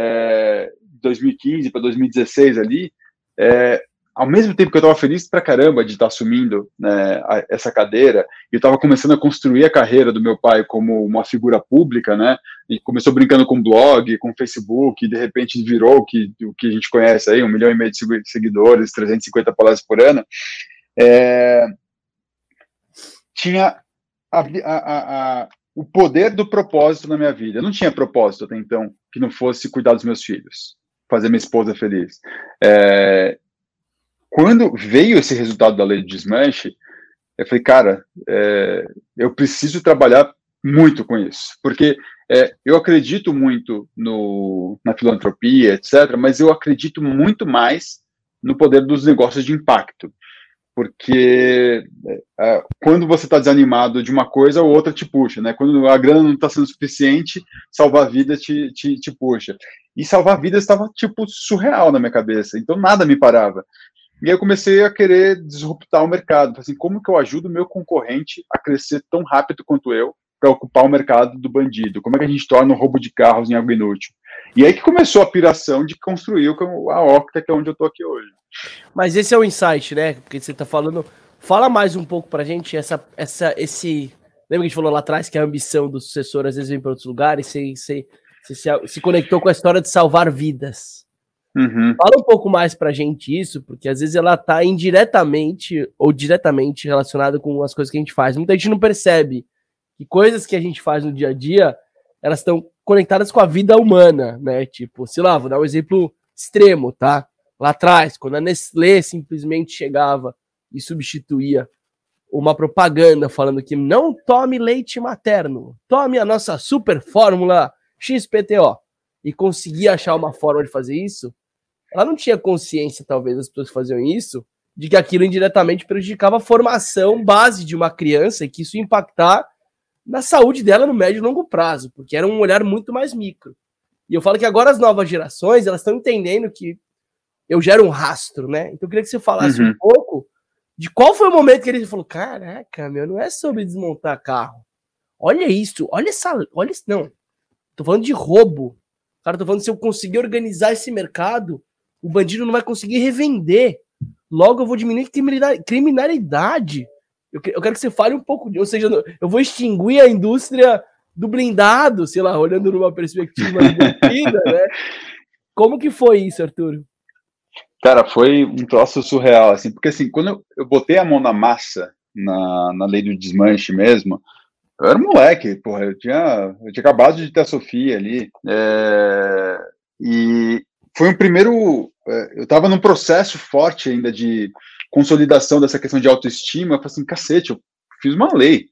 [SPEAKER 1] é, dois mil e quinze para dois mil e dezesseis ali, é, ao mesmo tempo que eu estava feliz pra caramba de estar assumindo, né, a, essa cadeira, e eu estava começando a construir a carreira do meu pai como uma figura pública, né, e começou brincando com blog, com Facebook, e de repente virou o que, o que a gente conhece aí, um milhão e meio de seguidores, trezentas e cinquenta palestras por ano, é, tinha a, a, a, o poder do propósito na minha vida. Eu não tinha propósito até então que não fosse cuidar dos meus filhos, fazer minha esposa feliz. É, quando veio esse resultado da lei de desmanche, eu falei, cara, é, eu preciso trabalhar muito com isso, porque é, eu acredito muito no, na filantropia, etcétera, mas eu acredito muito mais no poder dos negócios de impacto, porque é, quando você está desanimado de uma coisa, ou outra te puxa, né? Quando a grana não está sendo suficiente, salvar vidas te, te, te puxa. E salvar vidas estava, tipo, surreal na minha cabeça, então nada me parava. E aí eu comecei a querer disruptar o mercado. Assim, como que eu ajudo o meu concorrente a crescer tão rápido quanto eu para ocupar o mercado do bandido? Como é que a gente torna o roubo de carros em algo inútil? E aí que começou a piração de construir a Octa, que é onde eu estou aqui hoje.
[SPEAKER 3] Mas esse é o insight, né? Porque você está falando... Fala mais um pouco para a gente essa, essa, esse... Lembra que a gente falou lá atrás que a ambição do sucessor às vezes vem para outros lugares? Você, você, você se, se conectou com a história de salvar vidas. Uhum. Fala um pouco mais pra gente isso, porque às vezes ela tá indiretamente ou diretamente relacionada com as coisas que a gente faz. Muita gente não percebe que coisas que a gente faz no dia a dia, elas estão conectadas com a vida humana, né? Tipo, sei lá, vou dar um exemplo extremo, tá? Lá atrás, quando a Nestlé simplesmente chegava e substituía uma propaganda falando que não tome leite materno, tome a nossa super fórmula X P T O, e conseguia achar uma forma de fazer isso, ela não tinha consciência, talvez, das pessoas que faziam isso, de que aquilo indiretamente prejudicava a formação base de uma criança e que isso ia impactar na saúde dela no médio e longo prazo, porque era um olhar muito mais micro. E eu falo que agora as novas gerações, elas estão entendendo que eu gero um rastro, né? Então eu queria que você falasse uhum. um pouco de qual foi o momento que ele falou, caraca, meu, não é sobre desmontar carro. Olha isso, olha essa... Olha isso, não. Tô falando de roubo. Cara, tô falando que se eu conseguir organizar esse mercado, o bandido não vai conseguir revender. Logo, eu vou diminuir criminalidade. Eu, eu quero que você fale um pouco, de, ou seja, eu vou extinguir a indústria do blindado, sei lá, olhando numa perspectiva vida, né? Como que foi isso, Arthur?
[SPEAKER 1] Cara, foi um troço surreal, assim, porque assim, quando eu, eu botei a mão na massa, na, na lei do desmanche mesmo, eu era um moleque, porra, eu tinha, eu tinha acabado de ter a Sofia ali, é, e foi um primeiro, eu estava num processo forte ainda de consolidação dessa questão de autoestima, eu falei assim, cacete, eu fiz uma lei,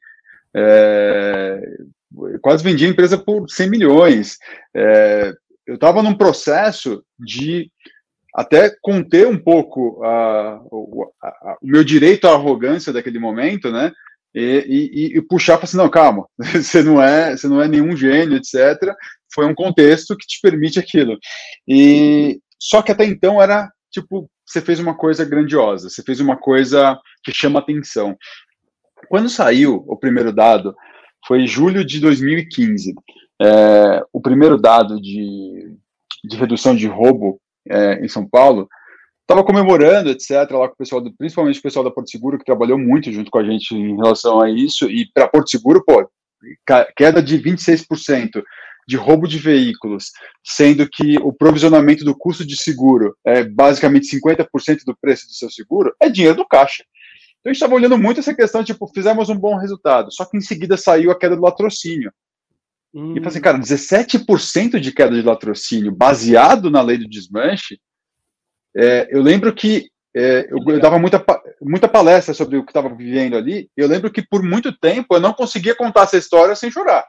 [SPEAKER 1] é, eu quase vendi a empresa por cem milhões, é, eu estava num processo de até conter um pouco a, o, a, o meu direito à arrogância daquele momento, né, e, e, e puxar para assim, não, calma, você não é, você não é nenhum gênio, etcétera. Foi um contexto que te permite aquilo. E só que até então era tipo, você fez uma coisa grandiosa, você fez uma coisa que chama atenção. Quando saiu o primeiro dado, foi julho de dois mil e quinze. É, o primeiro dado de, de redução de roubo é, em São Paulo. Estava comemorando, etcétera, lá com o pessoal, do, principalmente o pessoal da Porto Seguro, que trabalhou muito junto com a gente em relação a isso, e para Porto Seguro, pô, queda de vinte e seis por cento de roubo de veículos, sendo que o provisionamento do custo de seguro é basicamente cinquenta por cento do preço do seu seguro, é dinheiro do caixa. Então a gente estava olhando muito essa questão, tipo, fizemos um bom resultado, só que em seguida saiu a queda do latrocínio. Hum. E falei assim, cara, dezessete por cento de queda de latrocínio baseado na lei do desmanche. É, eu lembro que é, eu, eu dava muita, muita palestra sobre o que estava vivendo ali. Eu lembro que por muito tempo eu não conseguia contar essa história sem chorar.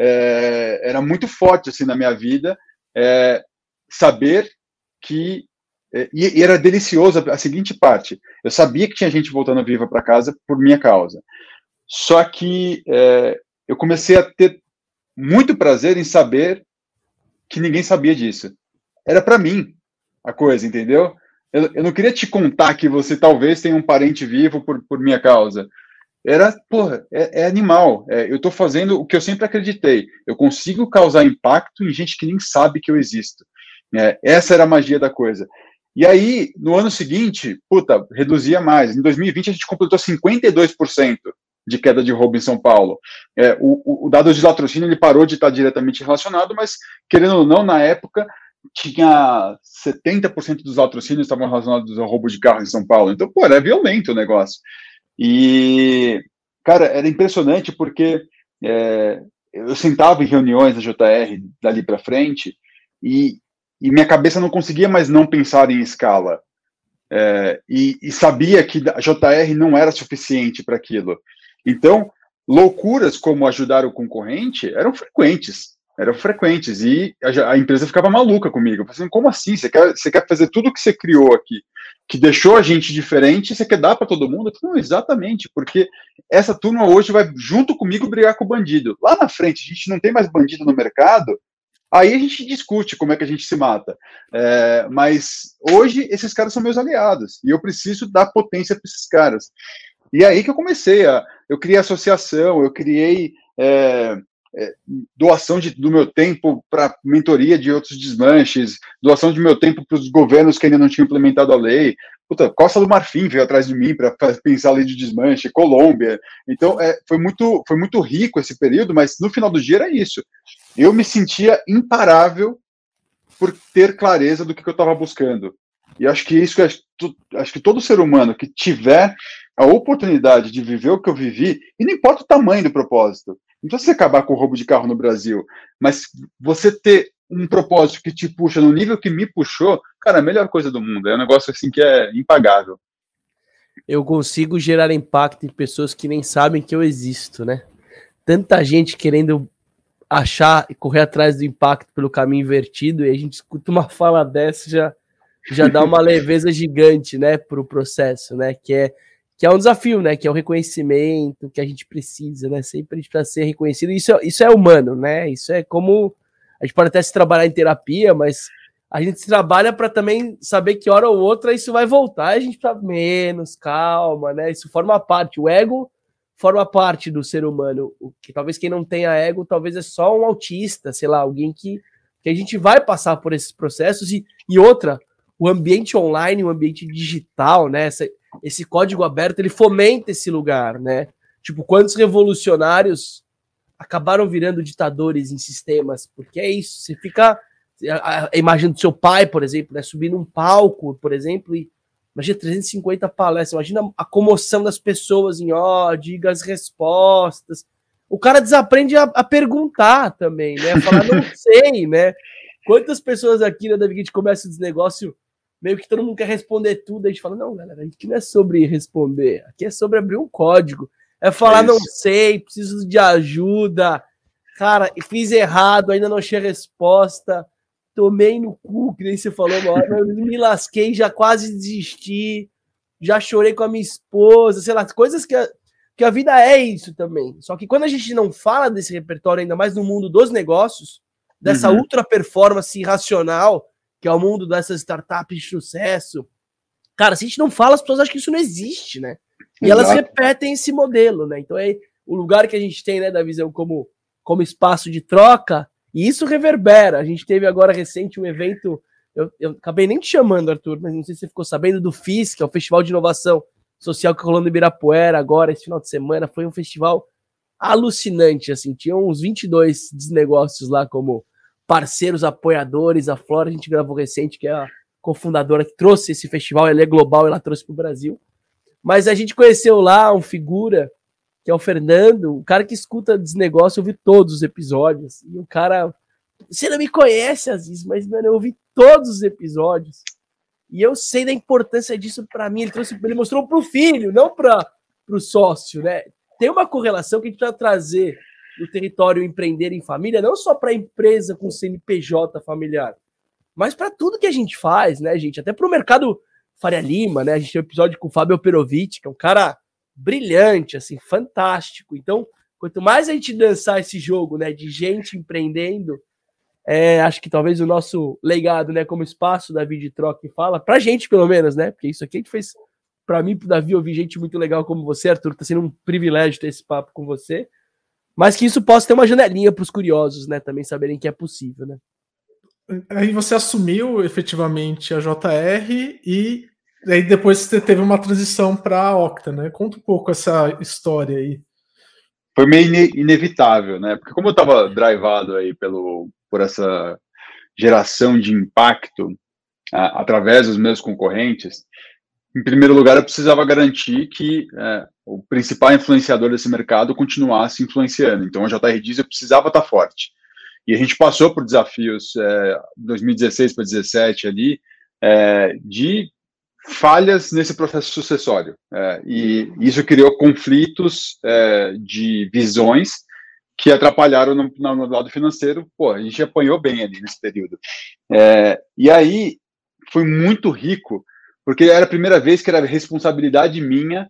[SPEAKER 1] É, era muito forte assim na minha vida é, saber que é, e, e era delicioso a, a seguinte parte. Eu sabia que tinha gente voltando viva para casa por minha causa. Só que é, eu comecei a ter muito prazer em saber que ninguém sabia disso. Era para mim a coisa, entendeu? Eu, eu não queria te contar que você talvez tenha um parente vivo por, por minha causa. Era, porra, é, é animal. É, eu estou fazendo o que eu sempre acreditei. Eu consigo causar impacto em gente que nem sabe que eu existo. É, essa era a magia da coisa. E aí, no ano seguinte, puta, reduzia mais. Em dois mil e vinte, a gente completou cinquenta e dois por cento de queda de roubo em São Paulo. É, o, o dado de latrocínio ele parou de estar diretamente relacionado, mas, querendo ou não, na época, tinha setenta por cento dos latrocínios estavam relacionados ao roubo de carro em São Paulo. Então, pô, era violento o negócio. E, cara, era impressionante porque é, eu sentava em reuniões da J R dali para frente e, e minha cabeça não conseguia mais não pensar em escala. É, e, e sabia que a J R não era suficiente para aquilo. Então, loucuras como ajudar o concorrente eram frequentes, eram frequentes, e a, a empresa ficava maluca comigo. Eu falei assim, como assim? Você quer, você quer fazer tudo o que você criou aqui, que deixou a gente diferente, você quer dar para todo mundo? Eu falei, não, exatamente, porque essa turma hoje vai junto comigo brigar com o bandido. Lá na frente, a gente não tem mais bandido no mercado, aí a gente discute como é que a gente se mata. É, mas hoje esses caras são meus aliados e eu preciso dar potência para esses caras. E é aí que eu comecei a. Eu criei associação, eu criei é, é, doação de, do meu tempo para mentoria de outros desmanches, doação de meu tempo para os governos que ainda não tinham implementado a lei. Puta, Costa do Marfim veio atrás de mim para pensar a lei de desmanche, Colômbia. Então, é, foi, muito, foi muito rico esse período, mas no final do dia era isso. Eu me sentia imparável por ter clareza do que, que eu estava buscando. E acho que isso, acho que todo ser humano que tiver a oportunidade de viver o que eu vivi, e não importa o tamanho do propósito, não precisa você acabar com o roubo de carro no Brasil, mas você ter um propósito que te puxa no nível que me puxou, cara, é a melhor coisa do mundo. É um negócio assim que é impagável.
[SPEAKER 3] Eu consigo gerar impacto em pessoas que nem sabem que eu existo, né? Tanta gente querendo achar e correr atrás do impacto pelo caminho invertido, e a gente escuta uma fala dessa, já, já dá uma leveza gigante, né, para o processo, né, que é, que é um desafio, né, que é o reconhecimento que a gente precisa, né, sempre a gente precisa ser reconhecido, isso, isso é humano, né, isso é como, a gente pode até se trabalhar em terapia, mas a gente se trabalha para também saber que hora ou outra isso vai voltar, a gente precisa menos, calma, né, isso forma parte, o ego forma parte do ser humano, o que talvez quem não tenha ego, talvez é só um autista, sei lá, alguém que, que a gente vai passar por esses processos, e, e outra, o ambiente online, o ambiente digital, né, essa, esse código aberto, ele fomenta esse lugar, né, tipo, quantos revolucionários acabaram virando ditadores em sistemas, porque é isso, você fica, a, a imagem do seu pai, por exemplo, né, subir num palco, por exemplo, e imagina trezentas e cinquenta palestras, imagina a comoção das pessoas em ó, oh, diga as respostas. O cara desaprende a, a perguntar também, né? A falar, não sei, né? Quantas pessoas aqui na DaVinci começam esse negócio, meio que todo mundo quer responder tudo, a gente fala, não, galera, aqui não é sobre responder, aqui é sobre abrir um código. É falar, é não sei, preciso de ajuda, cara, fiz errado, ainda não achei a resposta. Tomei no cu, que nem você falou uma hora, eu me lasquei, já quase desisti, já chorei com a minha esposa, sei lá, coisas que a, que a vida é isso também. Só que quando a gente não fala desse repertório, ainda mais no mundo dos negócios, dessa uhum. ultra performance racional, que é o mundo dessas startups de sucesso, cara, se a gente não fala, as pessoas acham que isso não existe, né? E Exato. Elas repetem esse modelo, né? Então é o lugar que a gente tem, né, da visão como, como espaço de troca. E isso reverbera. A gente teve agora recente um evento, eu, eu acabei nem te chamando, Arthur, mas não sei se você ficou sabendo do F I S, que é o Festival de Inovação Social que rolou no Ibirapuera agora, esse final de semana. Foi um festival alucinante, assim, tinha uns vinte e dois desnegócios lá como parceiros, apoiadores. A Flora, a gente gravou recente, que é a cofundadora que trouxe esse festival, ela é global, ela trouxe para o Brasil. Mas a gente conheceu lá um figura, que é o Fernando, o cara que escuta Desnegócio, eu ouvi todos os episódios, e o cara, você não me conhece, Aziz, mas, mano, eu ouvi todos os episódios, e eu sei da importância disso pra mim, ele trouxe, ele mostrou pro filho, não para pro sócio, né, tem uma correlação que a gente precisa trazer do território empreender em família, não só pra empresa com C N P J familiar, mas para tudo que a gente faz, né, gente, até pro mercado Faria Lima, né, a gente tem um episódio com o Fábio Perovic, que é um cara brilhante, assim, fantástico. Então, quanto mais a gente dançar esse jogo, né, de gente empreendendo, é, acho que talvez o nosso legado, né, como espaço Davi de troca e fala, pra gente pelo menos, né, porque isso aqui a gente fez pra mim, pro Davi, ouvir gente muito legal como você, Arthur, tá sendo um privilégio ter esse papo com você, mas que isso possa ter uma janelinha pros curiosos, né, também saberem que é possível, né.
[SPEAKER 2] Aí você assumiu efetivamente a J R e aí depois você teve uma transição para a Octa, né? Conta um pouco essa história aí.
[SPEAKER 1] Foi meio ine- inevitável, né? Porque como eu estava drivado aí pelo, por essa geração de impacto a, através dos meus concorrentes, em primeiro lugar, eu precisava garantir que é, o principal influenciador desse mercado continuasse influenciando. Então, a J R Diesel precisava estar forte. E a gente passou por desafios é, dois mil e dezesseis para dois mil e dezessete ali, é, de falhas nesse processo sucessório. É, e isso criou conflitos é, de visões que atrapalharam no, no lado financeiro. Pô, a gente apanhou bem ali nesse período. É, e aí, foi muito rico, porque era a primeira vez que era responsabilidade minha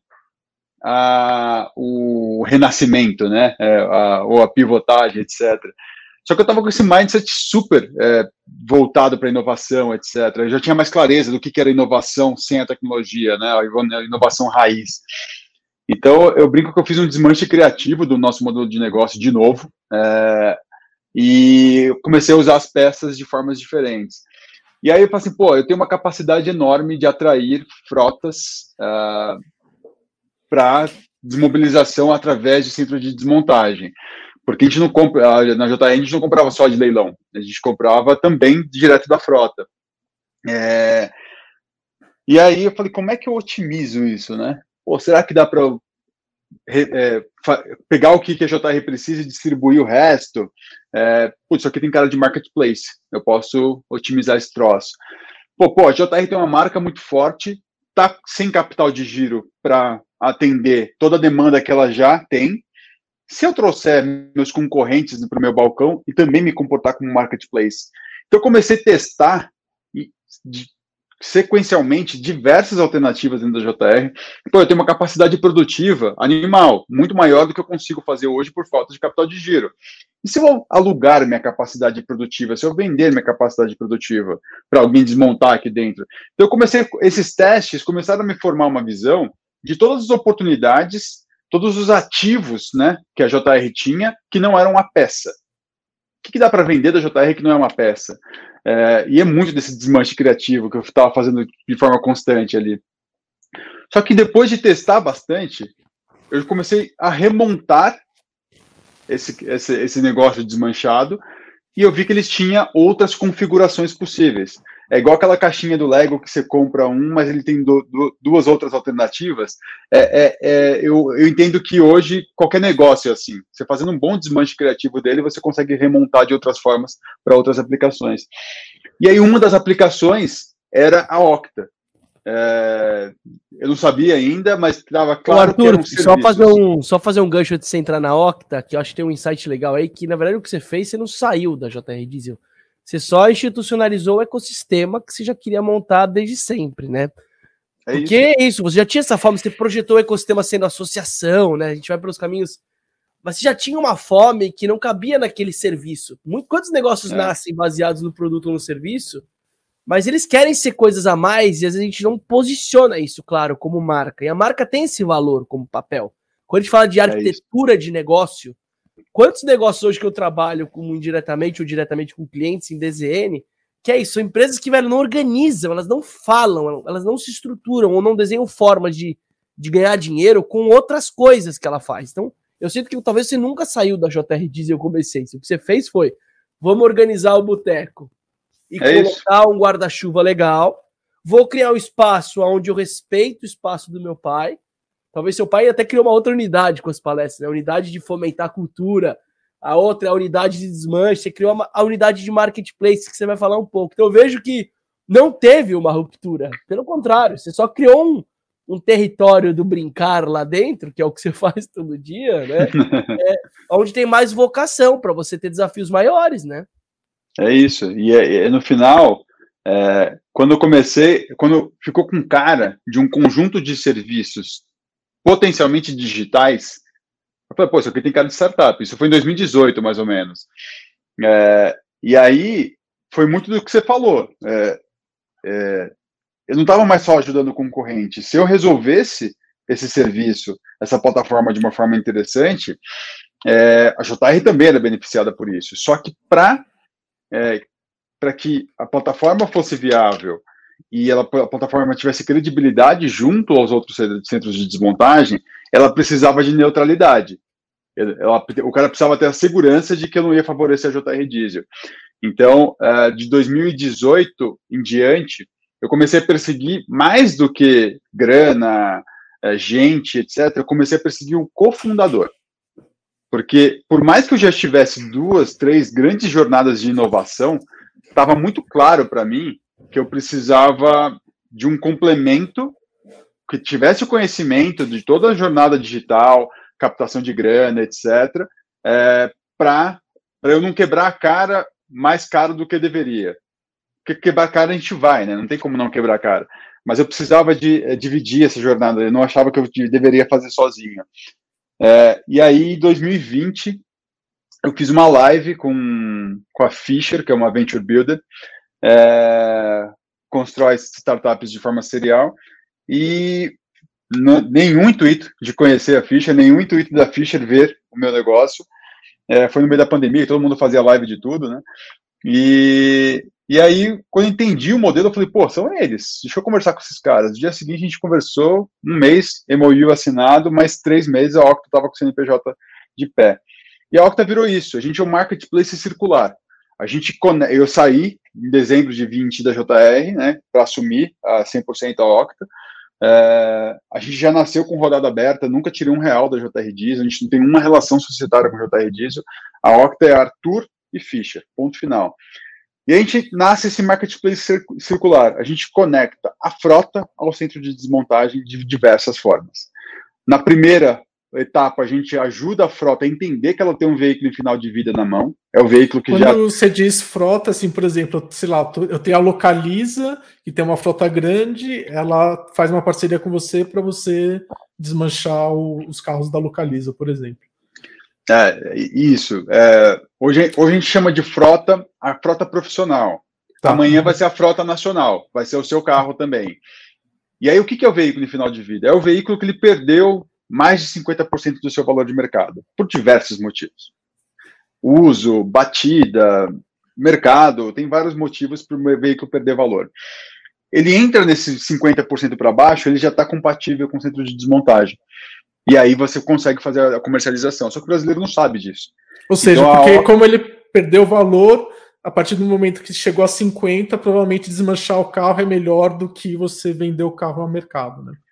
[SPEAKER 1] a, o renascimento, né? É, a, ou a pivotagem, etcétera. Só que eu estava com esse mindset super é, voltado para inovação, etcétera. Eu já tinha mais clareza do que, que era inovação sem a tecnologia, né? A inovação raiz. Então, eu brinco que eu fiz um desmanche criativo do nosso modelo de negócio de novo, é, e comecei a usar as peças de formas diferentes. E aí eu falei assim, pô, eu tenho uma capacidade enorme de atrair frotas uh, para desmobilização através de centro de desmontagem. Porque a gente não compra, na J R a gente não comprava só de leilão, a gente comprava também direto da frota. É, e aí eu falei, como é que eu otimizo isso, né? Pô, será que dá para é, pegar o que a J R precisa e distribuir o resto? É, putz, isso aqui tem cara de marketplace, eu posso otimizar esse troço. Pô, pô, a J R tem uma marca muito forte, tá sem capital de giro para atender toda a demanda que ela já tem. Se eu trouxer meus concorrentes para o meu balcão e também me comportar como marketplace. Então, eu comecei a testar e, de, sequencialmente diversas alternativas dentro da J R. Pô, eu tenho uma capacidade produtiva animal, muito maior do que eu consigo fazer hoje por falta de capital de giro. E se eu alugar minha capacidade produtiva, se eu vender minha capacidade produtiva para alguém desmontar aqui dentro? Então, eu comecei, esses testes começaram a me formar uma visão de todas as oportunidades, todos os ativos, né, que a J R tinha, que não eram uma peça. O que, que dá para vender da J R que não é uma peça? É, e é muito desse desmanche criativo que eu estava fazendo de forma constante ali. Só que depois de testar bastante, eu comecei a remontar esse, esse, esse negócio desmanchado e eu vi que eles tinham outras configurações possíveis. É igual aquela caixinha do Lego que você compra um, mas ele tem do, do, duas outras alternativas. É, é, é, eu, eu entendo que hoje qualquer negócio é assim. Você fazendo um bom desmanche criativo dele, você consegue remontar de outras formas para outras aplicações. E aí uma das aplicações era a Octa. É, eu não sabia ainda, mas estava claro. Ô,
[SPEAKER 3] Arthur, que era um só, fazer um, só fazer um gancho antes de você entrar na Octa, que eu acho que tem um insight legal aí, que na verdade o que você fez, você não saiu da J R Diesel. Você só institucionalizou o ecossistema que você já queria montar desde sempre, né? É Porque isso. é isso, você já tinha essa forma, você projetou o ecossistema sendo associação, né? A gente vai pelos caminhos, mas você já tinha uma fome que não cabia naquele serviço. Muito, quantos negócios é. nascem baseados no produto ou no serviço, mas eles querem ser coisas a mais e às vezes a gente não posiciona isso, claro, como marca. E a marca tem esse valor como papel. Quando a gente fala de arquitetura é de negócio, quantos negócios hoje que eu trabalho como indiretamente ou diretamente com clientes em D Z N, que é isso, são empresas que, velho, não organizam, elas não falam, elas não se estruturam ou não desenham formas de, de ganhar dinheiro com outras coisas que ela faz. Então, eu sinto que talvez você nunca saiu da J R Diesel como essência. O que você fez foi, vamos organizar o boteco e é colocar isso. um guarda-chuva legal, vou criar um espaço onde eu respeito o espaço do meu pai. Talvez seu pai até criou uma outra unidade com as palestras, né? A unidade de fomentar a cultura, a outra é a unidade de desmanche, você criou uma, a unidade de marketplace, que você vai falar um pouco. Então eu vejo que não teve uma ruptura, pelo contrário, você só criou um, um território do brincar lá dentro, que é o que você faz todo dia, né? É, onde tem mais vocação para você ter desafios maiores, né?
[SPEAKER 1] É isso, e é, é, no final, é, quando eu comecei, quando ficou com cara de um conjunto de serviços potencialmente digitais, eu falei, pô, isso aqui tem cara de startup. Isso foi em dois mil e dezoito, mais ou menos. É, e aí, foi muito do que você falou. É, é, eu não estava mais só ajudando o concorrente. Se eu resolvesse esse serviço, essa plataforma de uma forma interessante, é, a J R também era beneficiada por isso. Só que para é, para que a plataforma fosse viável e ela, a plataforma tivesse credibilidade junto aos outros centros de desmontagem, ela precisava de neutralidade. Ela, o cara precisava ter a segurança de que eu não ia favorecer a J R Diesel. Então, uh, de dois mil e dezoito em diante, eu comecei a perseguir mais do que grana, gente, etcétera. Eu comecei a perseguir o cofundador. Porque, por mais que eu já tivesse duas, três grandes jornadas de inovação, estava muito claro para mim que eu precisava de um complemento que tivesse o conhecimento de toda a jornada digital, captação de grana, etcétera, é, para eu não quebrar a cara mais caro do que deveria. Porque quebrar a cara a gente vai, né? Não tem como não quebrar a cara. Mas eu precisava de é, dividir essa jornada, eu não achava que eu deveria fazer sozinho. É, e aí, em dois mil e vinte, eu fiz uma live com, com a Fisher, que é uma venture builder, é, constrói startups de forma serial, e no, nenhum intuito de conhecer a Fisher, nenhum intuito da Fisher ver o meu negócio. É, foi no meio da pandemia, todo mundo fazia live de tudo, né? E, e aí, quando eu entendi o modelo, eu falei, pô, são eles, deixa eu conversar com esses caras. No dia seguinte, a gente conversou, um mês, M O U assinado, mais três meses, a Octa estava com o C N P J de pé. E a Octa virou isso, a gente é um marketplace circular. A gente, eu saí em dezembro de vinte da J R, né, para assumir a cem por cento a Octa. É, a gente já nasceu com rodada aberta, nunca tirei um real da J R Diesel, a gente não tem uma relação societária com a J R Diesel. A Octa é Arthur e Fisher, ponto final. E a gente nasce esse marketplace circular, a gente conecta a frota ao centro de desmontagem de diversas formas. Na primeira etapa, a gente ajuda a frota a entender que ela tem um veículo em final de vida na mão, é o veículo que
[SPEAKER 2] Quando
[SPEAKER 1] já...
[SPEAKER 2] Quando você diz frota, assim, por exemplo, sei lá, eu tenho a Localiza, que tem uma frota grande, ela faz uma parceria com você para você desmanchar o, os carros da Localiza, por exemplo.
[SPEAKER 1] É, isso. É, hoje, hoje a gente chama de frota, a frota profissional. Tá. Amanhã vai ser a frota nacional, vai ser o seu carro também. E aí o que é o veículo em final de vida? É o veículo que ele perdeu mais de cinquenta por cento do seu valor de mercado, por diversos motivos. Uso, batida, mercado, tem vários motivos para o veículo perder valor. Ele entra nesse cinquenta por cento para baixo, ele já está compatível com o centro de desmontagem. E aí você consegue fazer a comercialização. Só que o brasileiro não sabe disso.
[SPEAKER 2] Ou seja,
[SPEAKER 1] então,
[SPEAKER 2] porque
[SPEAKER 1] a...
[SPEAKER 2] como ele perdeu valor, a partir do momento que chegou a cinquenta, provavelmente desmanchar o carro é melhor do que você vender o carro ao mercado, né?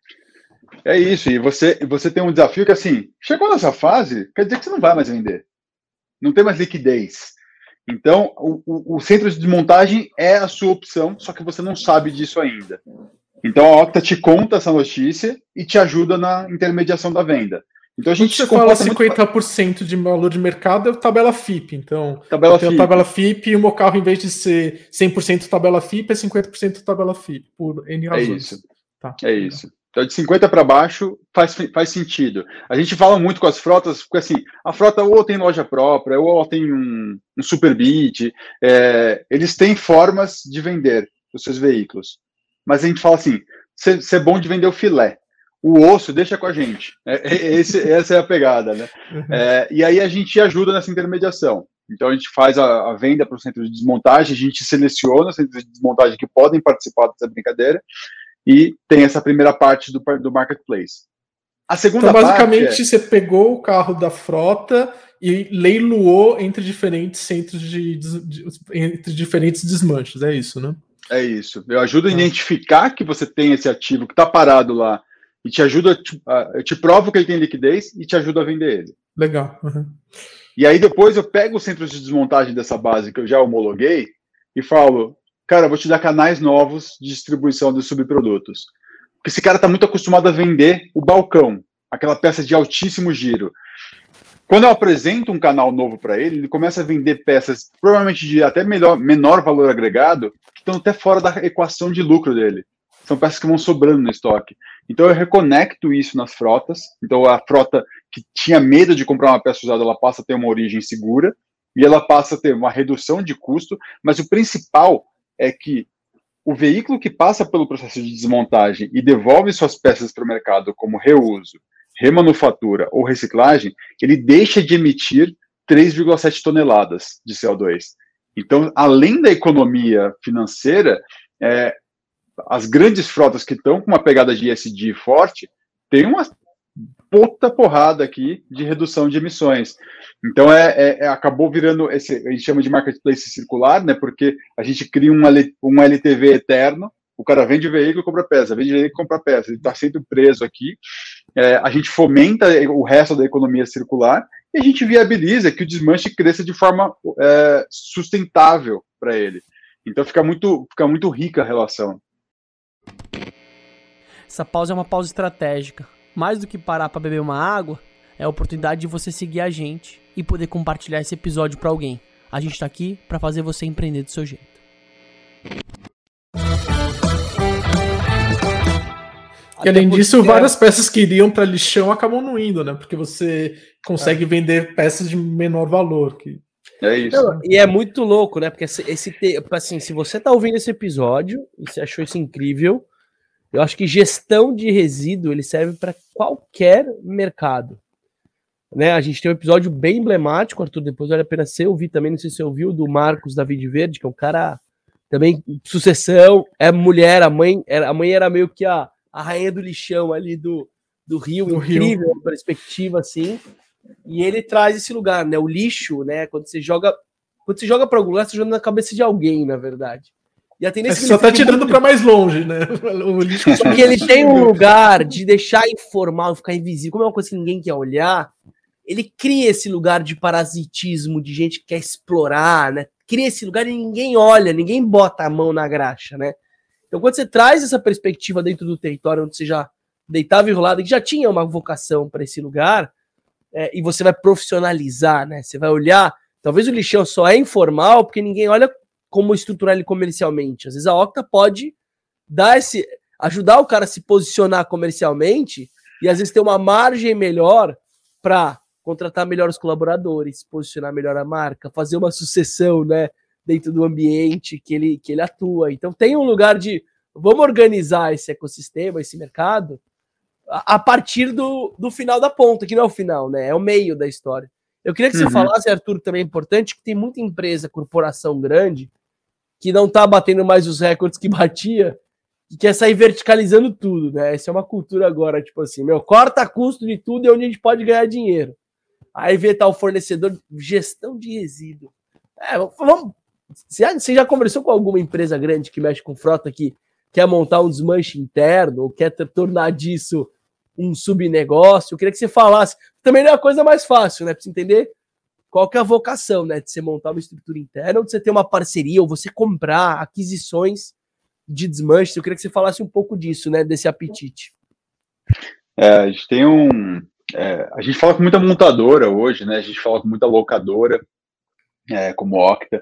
[SPEAKER 1] É isso, e você, você tem um desafio que, assim, chegou nessa fase, quer dizer que você não vai mais vender. Não tem mais liquidez. Então, o, o, o centro de desmontagem é a sua opção, só que você não sabe disso ainda. Então, a Octa te conta essa notícia e te ajuda na intermediação da venda. Então, a gente
[SPEAKER 2] Quando você fala cinquenta por cento muito... de valor de mercado, é tabela F I P. Então,
[SPEAKER 1] tabela
[SPEAKER 2] eu tenho
[SPEAKER 1] F I P.
[SPEAKER 2] a tabela F I P e o meu carro, em vez de ser cem por cento tabela F I P, é cinquenta por cento tabela F I P, por N razões.
[SPEAKER 1] É isso.
[SPEAKER 2] Tá.
[SPEAKER 1] É isso. Então, de cinquenta para baixo faz, faz sentido. A gente fala muito com as frotas, porque assim, a frota ou tem loja própria, ou tem um, um Superbit, é, eles têm formas de vender os seus veículos. Mas a gente fala assim, ser é bom de vender o filé. O osso deixa com a gente. É, é, esse, essa é a pegada, né? É, e aí a gente ajuda nessa intermediação. Então a gente faz a, a venda para o centro de desmontagem, a gente seleciona os centros de desmontagem que podem participar dessa brincadeira, e tem essa primeira parte do, do marketplace. A segunda
[SPEAKER 2] então, basicamente,
[SPEAKER 1] parte é...
[SPEAKER 2] você pegou o carro da frota e leiloou entre diferentes centros de, de, de entre diferentes desmanches, é isso, né?
[SPEAKER 1] É isso. Eu ajudo a identificar que você tem esse ativo que está parado lá e te ajuda, te, eu te provo que ele tem liquidez e te ajuda a vender ele.
[SPEAKER 2] Legal. Uhum.
[SPEAKER 1] E aí depois eu pego os centros de desmontagem dessa base que eu já homologuei e falo, cara, eu vou te dar canais novos de distribuição de subprodutos. Porque esse cara está muito acostumado a vender o balcão, aquela peça de altíssimo giro. Quando eu apresento um canal novo para ele, ele começa a vender peças, provavelmente de até melhor, menor valor agregado, que estão até fora da equação de lucro dele. São peças que vão sobrando no estoque. Então eu reconecto isso nas frotas. Então a frota que tinha medo de comprar uma peça usada, ela passa a ter uma origem segura e ela passa a ter uma redução de custo, mas o principal é que o veículo que passa pelo processo de desmontagem e devolve suas peças para o mercado como reuso, remanufatura ou reciclagem, ele deixa de emitir três vírgula sete toneladas de C O dois. Então, além da economia financeira, é, as grandes frotas que estão com uma pegada de E S G forte têm uma puta porrada aqui de redução de emissões. Então, é, é, é, acabou virando, esse, a gente chama de marketplace circular, né, porque a gente cria um, um L T V eterno, o cara vende o veículo, compra peça, vende o veículo, compra peça, ele está sendo preso aqui, é, a gente fomenta o resto da economia circular e a gente viabiliza que o desmanche cresça de forma é, sustentável para ele. Então fica muito, fica muito rica a relação.
[SPEAKER 4] Essa pausa é uma pausa estratégica. Mais do que parar para beber uma água, é a oportunidade de você seguir a gente e poder compartilhar esse episódio para alguém. A gente tá aqui para fazer você empreender do seu jeito.
[SPEAKER 2] E além disso, várias peças que iriam para lixão acabam não indo, né? Porque você consegue é. vender peças de menor valor. Que...
[SPEAKER 3] É isso. Não, e é muito louco, né? Porque esse, esse assim, se você tá ouvindo esse episódio e você achou isso incrível, eu acho que gestão de resíduo ele serve para qualquer mercado. Né? A gente tem um episódio bem emblemático, Arthur, depois vale a pena você ouvir também, não sei se você ouviu, do Marcos David Verde, que é um cara também sucessão, é mulher, a mãe era, a mãe era meio que a, a rainha do lixão ali do, do Rio, do incrível Rio. Perspectiva assim, e ele traz esse lugar, né? O lixo, né? Quando você joga, quando você joga para algum lugar, você joga na cabeça de alguém, na verdade. E a tendência
[SPEAKER 2] é só tá tirando muito... para mais longe, né? O lixo
[SPEAKER 3] só que ele tem um lugar de deixar informal, ficar invisível, como é uma coisa que ninguém quer olhar. Ele cria esse lugar de parasitismo, de gente que quer explorar, né? Cria esse lugar e ninguém olha, ninguém bota a mão na graxa, né? Então, quando você traz essa perspectiva dentro do território onde você já deitava e rolava, que já tinha uma vocação para esse lugar, é, e você vai profissionalizar, né? Você vai olhar, talvez o lixão só é informal porque ninguém olha como estruturar ele comercialmente. Às vezes a Octa pode dar esse, ajudar o cara a se posicionar comercialmente e às vezes ter uma margem melhor para contratar melhor os colaboradores, posicionar melhor a marca, fazer uma sucessão, né, dentro do ambiente que ele, que ele atua. Então tem um lugar de, vamos organizar esse ecossistema, esse mercado, a, a partir do, do final da ponta, que não é o final, né, é o meio da história. Eu queria que você uhum. falasse, Arthur, também é importante, que tem muita empresa, corporação grande, que não tá batendo mais os recordes que batia, e quer sair verticalizando tudo, né? Essa é uma cultura agora, tipo assim, meu, corta custo de tudo e onde a gente pode ganhar dinheiro. Aí vê tal fornecedor, gestão de resíduo. É, vamos. Você já conversou com alguma empresa grande que mexe com frota que quer montar um desmanche interno ou quer tornar disso um subnegócio? Eu queria que você falasse. Também não é a coisa mais fácil, né? Pra você entender qual que é a vocação, né? De você montar uma estrutura interna ou de você ter uma parceria ou você comprar aquisições de desmanche. Eu queria que você falasse um pouco disso, né? Desse apetite.
[SPEAKER 1] É, a gente tem um... É, a gente fala com muita montadora hoje, né? A gente fala com muita locadora, é, como Octa,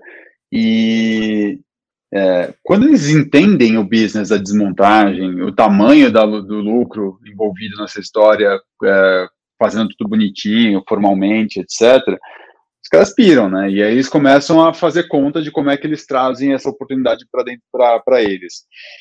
[SPEAKER 1] e é, quando eles entendem o business da desmontagem, o tamanho da, do lucro envolvido nessa história, é, fazendo tudo bonitinho, formalmente, etcétera, os caras piram, né? E aí eles começam a fazer conta de como é que eles trazem essa oportunidade para dentro para eles.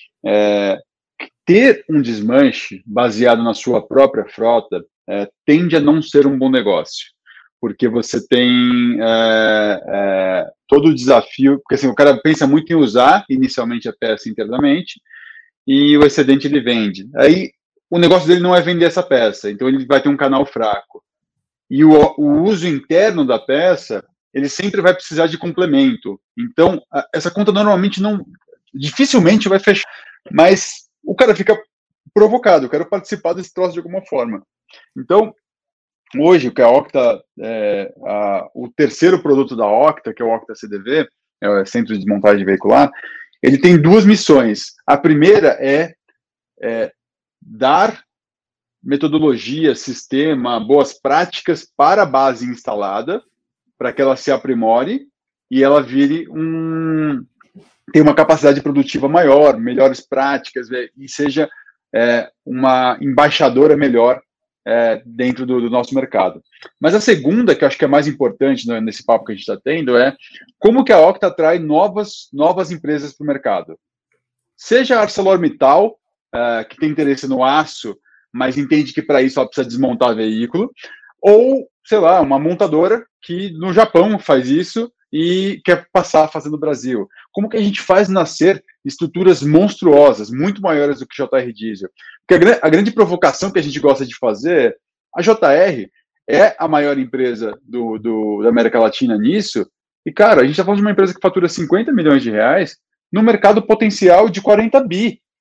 [SPEAKER 1] É, ter um desmanche baseado na sua própria frota é, tende a não ser um bom negócio, porque você tem é, é, todo o desafio, porque assim, o cara pensa muito em usar inicialmente a peça internamente e o excedente ele vende. Aí o negócio dele não é vender essa peça, então ele vai ter um canal fraco. E o, o uso interno da peça, ele sempre vai precisar de complemento. Então, a, essa conta normalmente não, dificilmente vai fechar, mas o cara fica provocado, eu quero participar desse troço de alguma forma. Então, hoje, o que a Octa, é, a, o terceiro produto da Octa, que é o Octa C D V, é o Centro de Desmontagem Veicular, ele tem duas missões. A primeira é, é dar metodologia, sistema, boas práticas para a base instalada, para que ela se aprimore e ela vire um... tem uma capacidade produtiva maior, melhores práticas, e seja é, uma embaixadora melhor é, dentro do, do nosso mercado. Mas a segunda, que eu acho que é mais importante né, nesse papo que a gente está tendo, é como que a Octa atrai novas, novas empresas para o mercado. Seja a ArcelorMittal, é, que tem interesse no aço, mas entende que para isso ela precisa desmontar veículo, ou, sei lá, uma montadora que no Japão faz isso e quer passar a fazer no Brasil. Como que a gente faz nascer estruturas monstruosas, muito maiores do que J R Diesel? Porque a, a grande provocação que a gente gosta de fazer, a J R é a maior empresa do, do, da América Latina nisso, e, cara, a gente está falando de uma empresa que fatura cinquenta milhões de reais no mercado potencial de quarenta bi.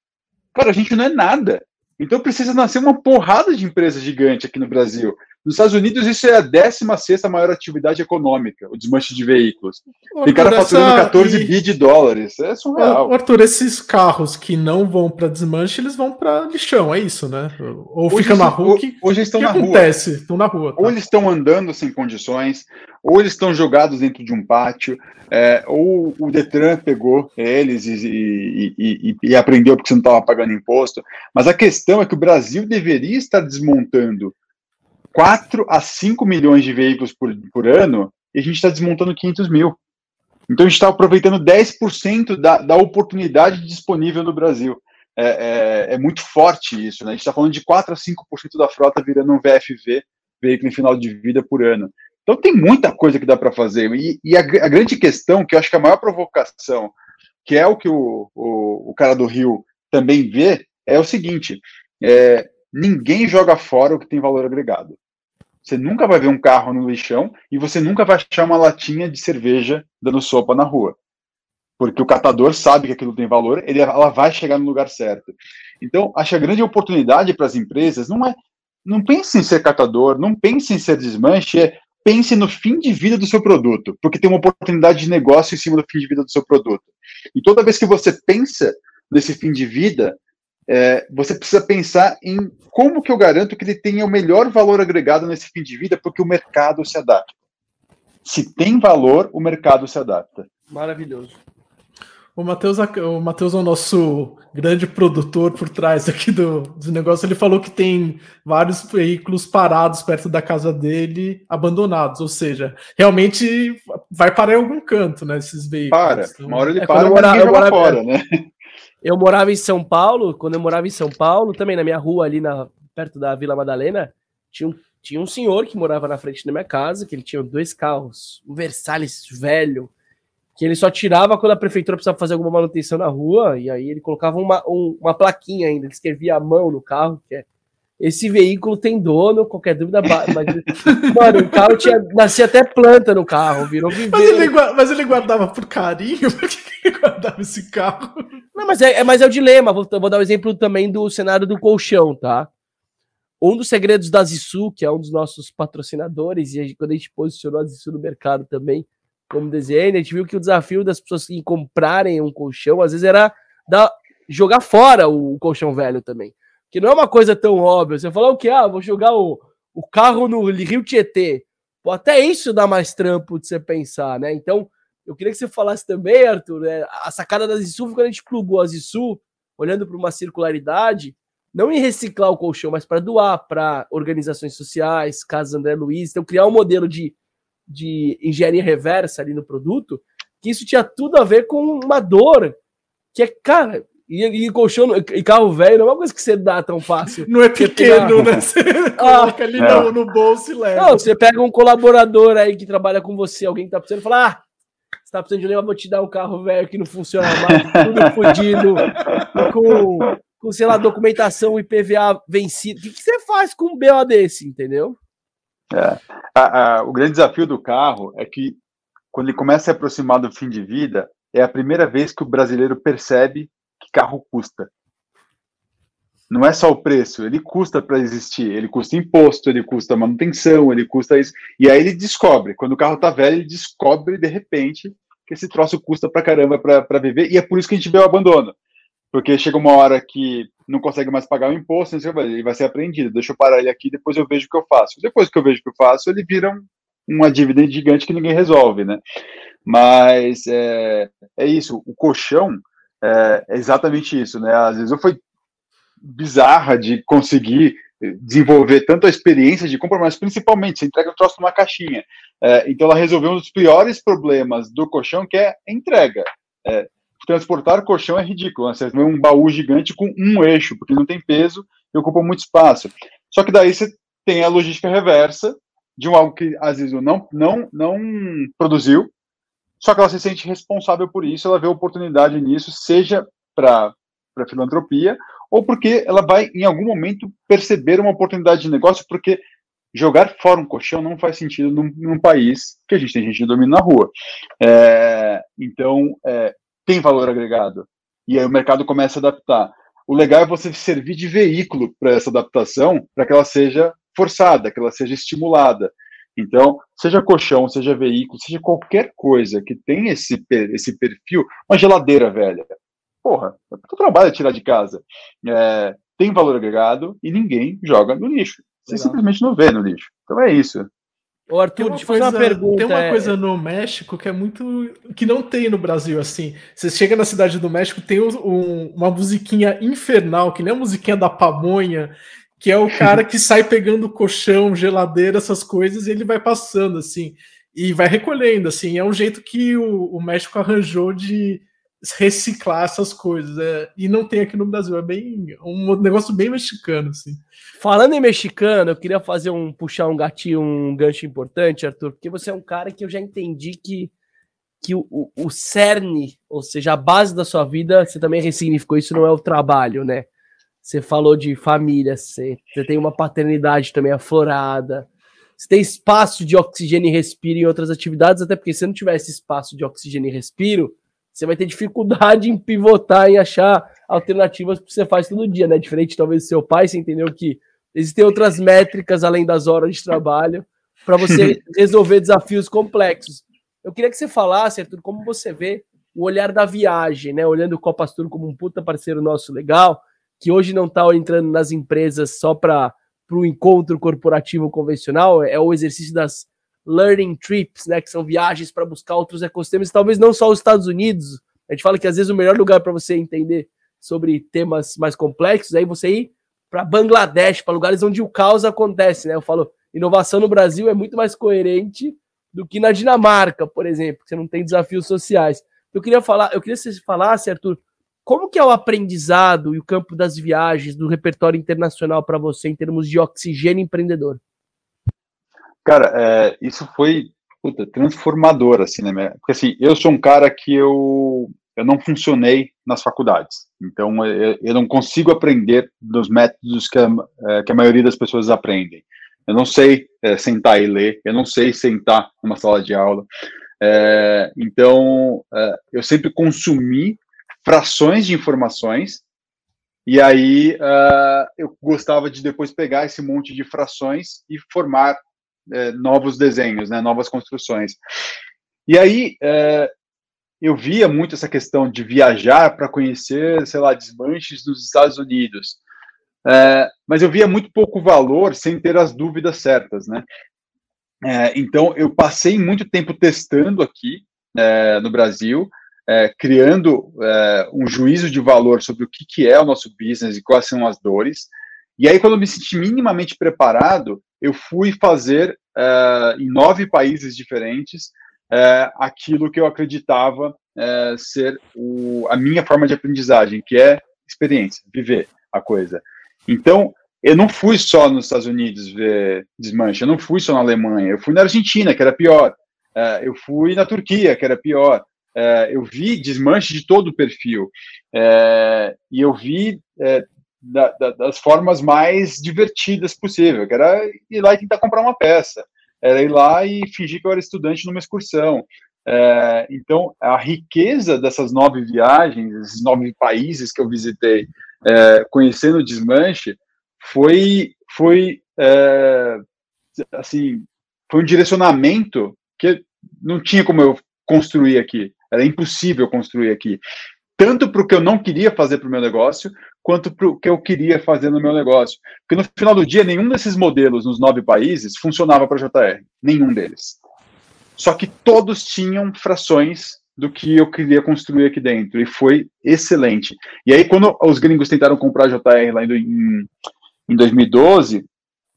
[SPEAKER 1] cara, a gente não é nada. Então precisa nascer uma porrada de empresas gigantes aqui no Brasil. Nos Estados Unidos, isso é a décima sexta maior atividade econômica, o desmanche de veículos.
[SPEAKER 2] Arthur,
[SPEAKER 1] Tem cara faturando
[SPEAKER 2] essa...
[SPEAKER 1] quatorze
[SPEAKER 2] e...
[SPEAKER 1] bi de dólares. É surreal.
[SPEAKER 2] Arthur, esses carros que não vão para desmanche, eles vão para lixão, é isso, né? Ou
[SPEAKER 1] Hoje
[SPEAKER 2] fica na
[SPEAKER 1] estão-
[SPEAKER 2] rua. Que,
[SPEAKER 1] hoje estão
[SPEAKER 2] que
[SPEAKER 1] na rua.
[SPEAKER 2] acontece? Estão na rua. Tá?
[SPEAKER 1] Ou eles estão andando sem condições, ou eles estão jogados dentro de um pátio, é, ou o Detran pegou eles e, e, e, e, e apreendeu porque você não estava pagando imposto. Mas a questão é que o Brasil deveria estar desmontando quatro a cinco milhões de veículos por, por ano e a gente está desmontando quinhentos mil. Então a gente está aproveitando dez por cento da, da oportunidade disponível no Brasil. É, é, é muito forte isso, né? A gente está falando de quatro a cinco por cento da frota virando um V F V, veículo em final de vida por ano. Então tem muita coisa que dá para fazer. E, e a, a grande questão, que eu acho que a maior provocação, que é o que o, o, o cara do Rio também vê, é o seguinte, é, ninguém joga fora o que tem valor agregado. Você nunca vai ver um carro no lixão e você nunca vai achar uma latinha de cerveja dando sopa na rua. Porque o catador sabe que aquilo tem valor, ele, ela vai chegar no lugar certo. Então, acho que a grande oportunidade para as empresas não é, não pense em ser catador, não pense em ser desmanche, é pense no fim de vida do seu produto, porque tem uma oportunidade de negócio em cima do fim de vida do seu produto. E toda vez que você pensa nesse fim de vida, é, você precisa pensar em como que eu garanto que ele tenha o melhor valor agregado nesse fim de vida, porque o mercado se adapta. Se tem valor, o mercado se adapta.
[SPEAKER 3] Maravilhoso.
[SPEAKER 2] O Matheus, o Matheus é o nosso grande produtor por trás aqui do, do negócio. Ele falou que tem vários veículos parados perto da casa dele, abandonados. Ou seja, realmente vai parar em algum canto, né? Esses veículos.
[SPEAKER 1] Para.
[SPEAKER 2] Então,
[SPEAKER 1] Uma hora ele
[SPEAKER 3] é,
[SPEAKER 1] para,
[SPEAKER 3] quando eu
[SPEAKER 1] mas
[SPEAKER 3] morava-
[SPEAKER 1] ninguém
[SPEAKER 3] eu
[SPEAKER 1] joga
[SPEAKER 3] morava-
[SPEAKER 1] fora, né?
[SPEAKER 3] Eu morava em São Paulo, quando eu morava em São Paulo, também na minha rua ali na, perto da Vila Madalena, tinha um, tinha um senhor que morava na frente da minha casa, que ele tinha dois carros, um Versalhes velho, que ele só tirava quando a prefeitura precisava fazer alguma manutenção na rua, e aí ele colocava uma, um, uma plaquinha ainda, ele escrevia à mão no carro, que é esse veículo tem dono, qualquer dúvida, ba- mas, mano, o carro tinha, nascia até planta no carro, virou
[SPEAKER 2] Mas
[SPEAKER 3] viveiro.
[SPEAKER 2] ele, gua- mas ele guardava por carinho? Por que ele guardava esse carro?
[SPEAKER 3] Não, mas é, é- mas é o dilema. Vou, vou dar um exemplo também do cenário do colchão, tá? Um dos segredos da Zissu, que é um dos nossos patrocinadores, e a gente- quando a gente posicionou a Zissu no mercado também, como desenho, a gente viu que o desafio das pessoas em comprarem um colchão, às vezes, era dar, jogar fora o, colchão velho também. Que não é uma coisa tão óbvia. Você falar o quê? Ah, vou jogar o, o carro no Rio Tietê. Pô, até isso dá mais trampo de você pensar, né? Então, eu queria que você falasse também, Arthur, né, a sacada da Zissu foi quando a gente plugou a Zissu, olhando para uma circularidade, não em reciclar o colchão, mas para doar para organizações sociais, Casa André Luiz, então criar um modelo de, de engenharia reversa ali no produto, que isso tinha tudo a ver com uma dor, que é, cara, e, e colchão e carro velho não é uma coisa que você dá tão fácil.
[SPEAKER 2] Não é pequeno, né? Você
[SPEAKER 3] Ah,
[SPEAKER 2] coloca ali
[SPEAKER 1] é.
[SPEAKER 2] no, no bolso e leva.
[SPEAKER 3] Não, você pega um colaborador aí que trabalha com você, alguém que tá precisando, fala, ah, você tá precisando de levar, vou te dar um carro velho que não funciona mais, tudo fodido, com, com, sei lá, documentação I P V A vencido. O que, que você faz com um B O desse, entendeu?
[SPEAKER 1] É. A- a- o grande desafio do carro é que, quando ele começa a se aproximar do fim de vida, é a primeira vez que o brasileiro percebe que carro custa. Não é só o preço, ele custa para existir, ele custa imposto, ele custa manutenção, ele custa isso. E aí ele descobre, quando o carro tá velho, ele descobre de repente que esse troço custa pra caramba para viver, e é por isso que a gente vê o abandono. Porque chega uma hora que não consegue mais pagar o imposto, ele vai ser apreendido, deixa eu parar ele aqui, depois eu vejo o que eu faço. Depois que eu vejo o que eu faço, ele vira um, uma dívida gigante que ninguém resolve, né? Mas é, é isso, o colchão é, é exatamente isso, né? Às vezes eu fui bizarra de conseguir desenvolver tanto a experiência de compra, mas principalmente, você entrega o troço numa caixinha. É, então ela resolveu um dos piores problemas do colchão, que é a entrega. É, transportar colchão é ridículo, né? Você vê um baú gigante com um eixo, porque não tem peso e ocupa muito espaço. Só que daí você tem a logística reversa de um algo que às vezes não, não, não produziu, só que ela se sente responsável por isso, ela vê oportunidade nisso, seja para para filantropia, ou porque ela vai, em algum momento, perceber uma oportunidade de negócio, porque jogar fora um colchão não faz sentido num, num país que a gente tem gente dormindo na rua. É, então, é, tem valor agregado. E aí o mercado começa a adaptar. o legal é você servir de veículo para essa adaptação, para que ela seja forçada, que ela seja estimulada. Então, seja colchão, seja veículo, seja qualquer coisa que tenha esse, esse perfil, uma geladeira velha. Porra, o trabalho é tirar de casa. É, tem valor agregado e ninguém joga no lixo. Você Legal. simplesmente não vê no lixo. Então é isso.
[SPEAKER 3] Ô Arthur, deixa eu fazer uma pergunta.
[SPEAKER 2] Tem uma
[SPEAKER 3] é...
[SPEAKER 2] coisa no México que é muito... que não tem no Brasil, assim. Você chega na cidade do México, tem um, uma musiquinha infernal, que nem a musiquinha da pamonha, que é o cara que sai pegando colchão, geladeira, essas coisas, e ele vai passando, assim, e vai recolhendo, assim. É um jeito que o, o México arranjou de reciclar essas coisas. É, e não tem aqui no Brasil. É bem um negócio bem mexicano, assim.
[SPEAKER 3] Falando em mexicano, eu queria fazer um puxar um gatinho, um gancho importante, Arthur, porque você é um cara que eu já entendi que, que o, o, o cerne, ou seja, a base da sua vida, você também ressignificou, isso não é o trabalho, né? Você falou de família, você, você tem uma paternidade também aflorada, você tem espaço de oxigênio e respiro em outras atividades, até porque se não tiver esse espaço de oxigênio e respiro, você vai ter dificuldade em pivotar, em achar alternativas para o que você faz todo dia, né? Diferente talvez do seu pai, você entendeu que existem outras métricas além das horas de trabalho para você resolver desafios complexos. Eu queria que você falasse, Arthur, como você vê o olhar da viagem, né? Olhando o Copas Tour como um puta parceiro nosso legal, que hoje não está entrando nas empresas só para o encontro corporativo convencional, é o exercício das learning trips, né? Que são viagens para buscar outros ecossistemas, talvez não só os Estados Unidos. A gente fala que às vezes o melhor lugar para você entender sobre temas mais complexos é você ir para Bangladesh, para lugares onde o caos acontece, né? Eu falo, inovação no Brasil é muito mais coerente do que na Dinamarca, por exemplo, que você não tem desafios sociais. Eu queria falar, eu queria que você falasse, Arthur, como que é o aprendizado e o campo das viagens do repertório internacional para você em termos de oxigênio empreendedor?
[SPEAKER 1] Cara, é, isso foi puta, transformador, assim, né? Porque assim, eu sou um cara que eu eu não funcionei nas faculdades. Então, eu, eu não consigo aprender dos métodos que a, que a maioria das pessoas aprendem. Eu não sei é, sentar e ler, eu não sei sentar numa sala de aula. É, então, é, eu sempre consumi frações de informações, e aí uh, eu gostava de depois pegar esse monte de frações e formar é, novos desenhos, né, novas construções. E aí, é, eu via muito essa questão de viajar para conhecer, sei lá, desmanches dos Estados Unidos. É, mas eu via muito pouco valor sem ter as dúvidas certas, né? É, então, eu passei muito tempo testando aqui é, no Brasil, é, criando é, um juízo de valor sobre o que, que é o nosso business e quais são as dores. E aí, quando eu me senti minimamente preparado, eu fui fazer é, em nove países diferentes É, aquilo que eu acreditava é, ser o, a minha forma de aprendizagem, que é experiência, viver a coisa. Então, eu não fui só nos Estados Unidos ver desmanche, eu não fui só na Alemanha, eu fui na Argentina, que era pior, é, eu fui na Turquia, que era pior, é, eu vi desmanche de todo o perfil, é, e eu vi é, da, da, das formas mais divertidas possível, que era ir lá e tentar comprar uma peça, era ir lá e fingir que eu era estudante numa excursão. É, então, a riqueza dessas nove viagens, esses nove países que eu visitei, é, conhecendo o desmanche, foi, foi é, assim, foi um direcionamento que não tinha como eu construir aqui. Era impossível construir aqui. Tanto para o que eu não queria fazer para o meu negócio, quanto para o que eu queria fazer no meu negócio. Porque no final do dia, nenhum desses modelos nos nove países funcionava para a J R. Nenhum deles. Só que todos tinham frações do que eu queria construir aqui dentro. E foi excelente. E aí, quando os gringos tentaram comprar a J R lá em, em dois mil e doze,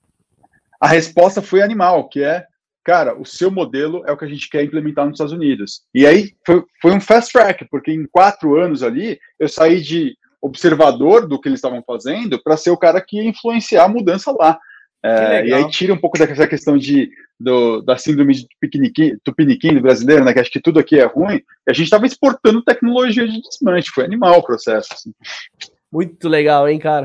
[SPEAKER 1] a resposta foi animal, que é, cara, o seu modelo é o que a gente quer implementar nos Estados Unidos. E aí, foi, foi um fast track, porque em quatro anos ali, eu saí de observador do que eles estavam fazendo para ser o cara que ia influenciar a mudança lá. É, e aí tira um pouco dessa questão de, do, da síndrome de tupiniquim do brasileiro, né, que acho que tudo aqui é ruim, e a gente estava exportando tecnologia de desmanche, foi animal o processo. Assim.
[SPEAKER 3] Muito legal, hein, cara?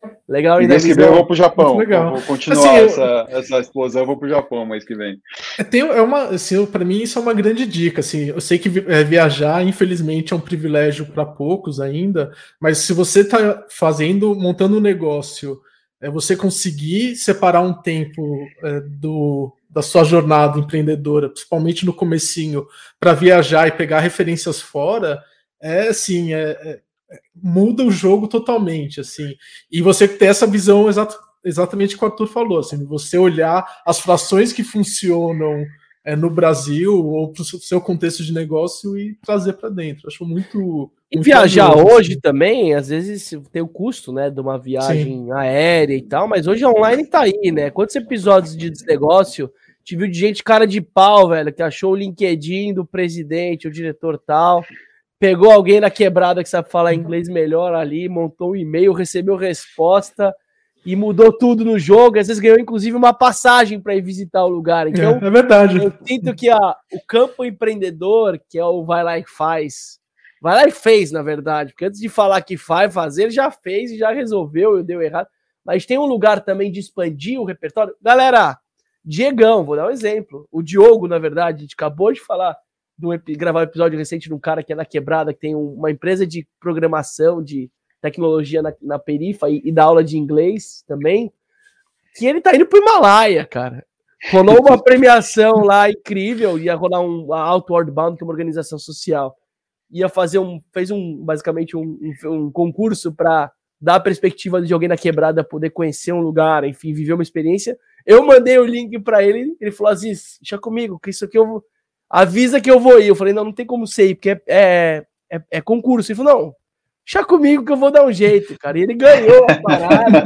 [SPEAKER 3] Legal,
[SPEAKER 1] e mês que vem eu vou pro Japão.
[SPEAKER 2] Legal.
[SPEAKER 1] Vou continuar
[SPEAKER 2] assim,
[SPEAKER 1] essa, eu... essa explosão, eu vou pro Japão mês que vem.
[SPEAKER 2] É, tem, é uma, assim, para mim isso é uma grande dica. Assim, eu sei que é, viajar, infelizmente, é um privilégio para poucos ainda, mas se você está fazendo, montando um negócio, é você conseguir separar um tempo é, do, da sua jornada empreendedora, principalmente no comecinho, para viajar e pegar referências fora, é assim, é, é, muda o jogo totalmente, assim. E você ter essa visão exata, exatamente o que o Arthur falou, assim, você olhar as frações que funcionam é, no Brasil ou para o seu contexto de negócio e trazer para dentro. Acho muito.
[SPEAKER 3] E
[SPEAKER 2] muito
[SPEAKER 3] viajar
[SPEAKER 2] valioso,
[SPEAKER 3] hoje
[SPEAKER 2] assim.
[SPEAKER 3] também, às vezes tem o custo, né, de uma viagem
[SPEAKER 2] Sim.
[SPEAKER 3] aérea e tal, mas hoje online tá aí, né? Quantos episódios de desnegócio te viu de gente cara de pau, velho, que achou o LinkedIn do presidente, o diretor tal, pegou alguém na quebrada que sabe falar inglês melhor ali, montou um e-mail, recebeu resposta e mudou tudo no jogo. Às vezes ganhou, inclusive, uma passagem para ir visitar o lugar. Então,
[SPEAKER 2] É, é verdade.
[SPEAKER 3] eu sinto que a, o campo empreendedor, que é o vai lá e faz, vai lá e fez, na verdade, porque antes de falar que vai fazer, ele já fez e já resolveu e deu errado. Mas tem um lugar também de expandir o repertório. Galera, Diegão, vou dar um exemplo. O Diogo, na verdade, a gente acabou de falar, do, gravar um episódio recente de um cara que é na quebrada, que tem uma empresa de programação, de tecnologia na, na perifa e, e dá aula de inglês também, que ele tá indo pro Himalaia, cara. Rolou uma premiação lá incrível, ia rolar um a Outward Bound, que é uma organização social. Ia fazer um, fez um, basicamente um, um, um concurso para dar a perspectiva de alguém na quebrada poder conhecer um lugar, enfim, viver uma experiência. Eu mandei o link para ele, ele falou, Aziz, deixa comigo, que isso aqui eu vou, avisa que eu vou ir. Eu falei, não, não tem como ser, porque é, é, é, é concurso. Ele falou, não, deixa comigo que eu vou dar um jeito, cara. E ele ganhou a parada.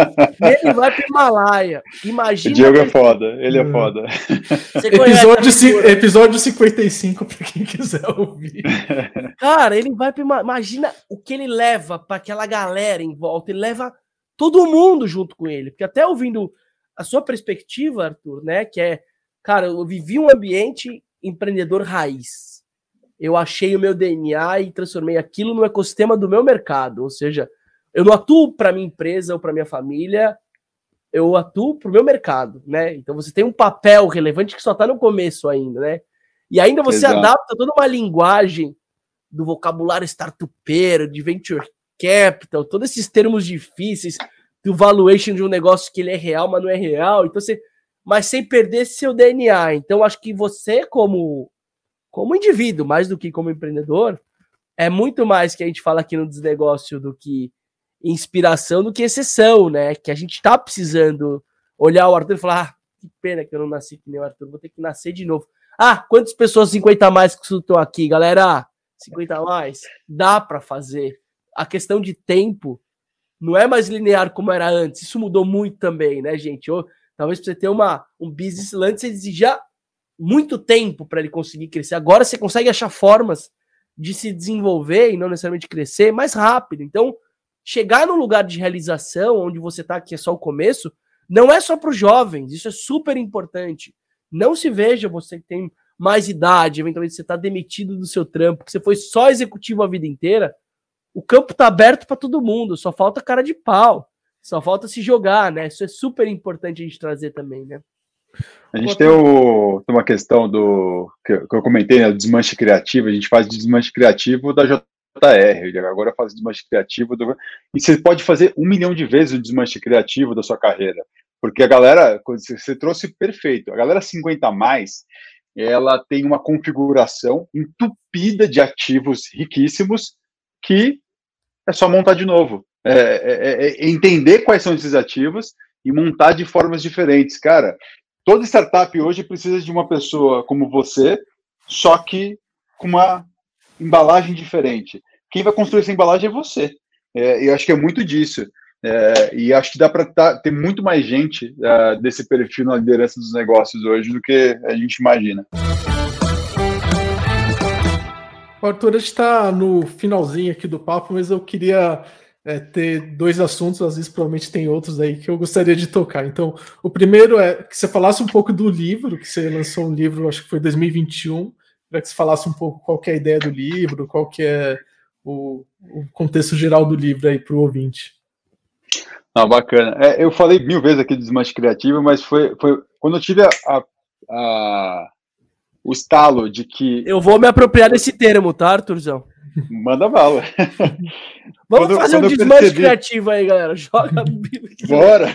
[SPEAKER 3] E ele vai pro Himalaia. Imagina.
[SPEAKER 1] O Diego é foda, ele é foda.
[SPEAKER 2] Episódio, c- episódio cinquenta e cinco, pra quem quiser ouvir.
[SPEAKER 3] Cara, ele vai pro Himalaia. Imagina o que ele leva pra aquela galera em volta. Ele leva todo mundo junto com ele. Porque até ouvindo a sua perspectiva, Arthur, né? Que é, cara, eu vivi um ambiente empreendedor raiz. Eu achei o meu D N A e transformei aquilo no ecossistema do meu mercado. Ou seja, eu não atuo para minha empresa ou para minha família, eu atuo para o meu mercado, né? Então você tem um papel relevante que só está no começo ainda, né? E ainda você
[SPEAKER 1] Exato.
[SPEAKER 3] adapta toda uma linguagem do vocabulário startupeiro, de venture capital, todos esses termos difíceis, do valuation de um negócio que ele é real, mas não é real. Então você, mas sem perder seu D N A. Então acho que você como como indivíduo, mais do que como empreendedor, é muito mais que a gente fala aqui no Desnegócio do que inspiração, do que exceção, né? Que a gente tá precisando olhar o Arthur e falar, ah, que pena que eu não nasci que nem o Arthur, vou ter que nascer de novo. Ah, quantas pessoas cinquenta a mais que estão aqui, galera? cinquenta a mais? Dá para fazer. A questão de tempo não é mais linear como era antes. Isso mudou muito também, né, gente? Ou, talvez pra você ter uma, um business antes, você exija muito tempo para ele conseguir crescer. Agora você consegue achar formas de se desenvolver e não necessariamente crescer mais rápido. Então, chegar num lugar de realização, onde você está, que é só o começo, não é só para os jovens. Isso é super importante. Não se veja você que tem mais idade, eventualmente você está demitido do seu trampo, que você foi só executivo a vida inteira. O campo está aberto para todo mundo, só falta cara de pau. Só falta se jogar, né? Isso é super importante a gente trazer também, né?
[SPEAKER 1] A gente tem, o, tem uma questão do que, que eu comentei, né, do desmanche criativo. A gente faz desmanche criativo da J R, agora faz desmanche criativo do, e você pode fazer um milhão de vezes o desmanche criativo da sua carreira, porque a galera, você trouxe perfeito, a galera cinquenta a mais, ela tem uma configuração entupida de ativos riquíssimos que é só montar de novo, é, é, é entender quais são esses ativos e montar de formas diferentes, cara. Toda startup hoje precisa de uma pessoa como você, só que com uma embalagem diferente. Quem vai construir essa embalagem é você. É, eu acho que é muito disso. É, e acho que dá para tá, ter muito mais gente é, desse perfil na liderança dos negócios hoje do que a gente imagina.
[SPEAKER 2] Arthur, a gente está no finalzinho aqui do papo, mas eu queria é, ter dois assuntos, às vezes provavelmente tem outros aí que eu gostaria de tocar. Então, o primeiro é que você falasse um pouco do livro, que você lançou um livro, acho que foi em dois mil e vinte e um, para que você falasse um pouco qual que é a ideia do livro, qual que é o, o contexto geral do livro aí para o ouvinte.
[SPEAKER 1] Ah, bacana. É, eu falei mil vezes aqui do desmanche criativo, mas foi, foi quando eu tive a, a, a, o estalo de que...
[SPEAKER 3] Eu vou me apropriar desse termo, tá, Arthurzão?
[SPEAKER 1] Manda bala.
[SPEAKER 3] Vamos
[SPEAKER 1] Quando-
[SPEAKER 3] fazer
[SPEAKER 1] quando
[SPEAKER 3] um
[SPEAKER 1] eu
[SPEAKER 3] desmanche
[SPEAKER 1] percebi-
[SPEAKER 3] criativo aí, galera. Joga a Bíblia aqui.
[SPEAKER 1] Bora!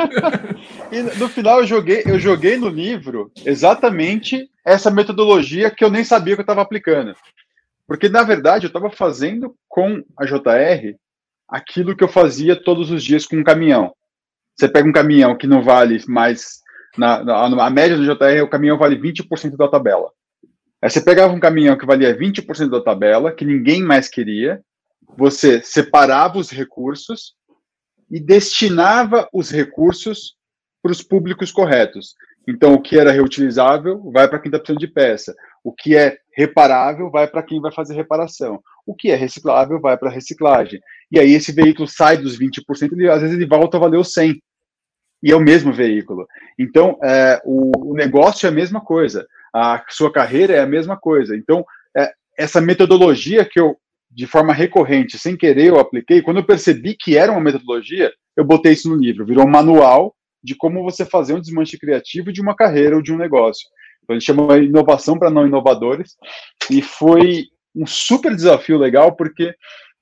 [SPEAKER 1] E no final eu joguei, eu joguei no livro exatamente essa metodologia que eu nem sabia que eu estava aplicando. Porque, na verdade, eu estava fazendo com a J R aquilo que eu fazia todos os dias com um caminhão. Você pega um caminhão que não vale mais... Na, na, a média do J R, o caminhão vale vinte por cento da tabela. Aí você pegava um caminhão que valia vinte por cento da tabela, que ninguém mais queria, você separava os recursos e destinava os recursos para os públicos corretos. Então, o que era reutilizável vai para quem está precisando de peça. O que é reparável vai para quem vai fazer reparação. O que é reciclável vai para a reciclagem. E aí esse veículo sai dos vinte por cento e às vezes ele volta a valer os cem por cento. E é o mesmo veículo. Então, é, o, o negócio é a mesma coisa. A sua carreira é a mesma coisa. Então, é, essa metodologia que eu, de forma recorrente, sem querer, eu apliquei, quando eu percebi que era uma metodologia, eu botei isso no livro. Virou um manual de como você fazer um desmanche criativo de uma carreira ou de um negócio. Então, a gente chama inovação para não inovadores. E foi um super desafio legal, porque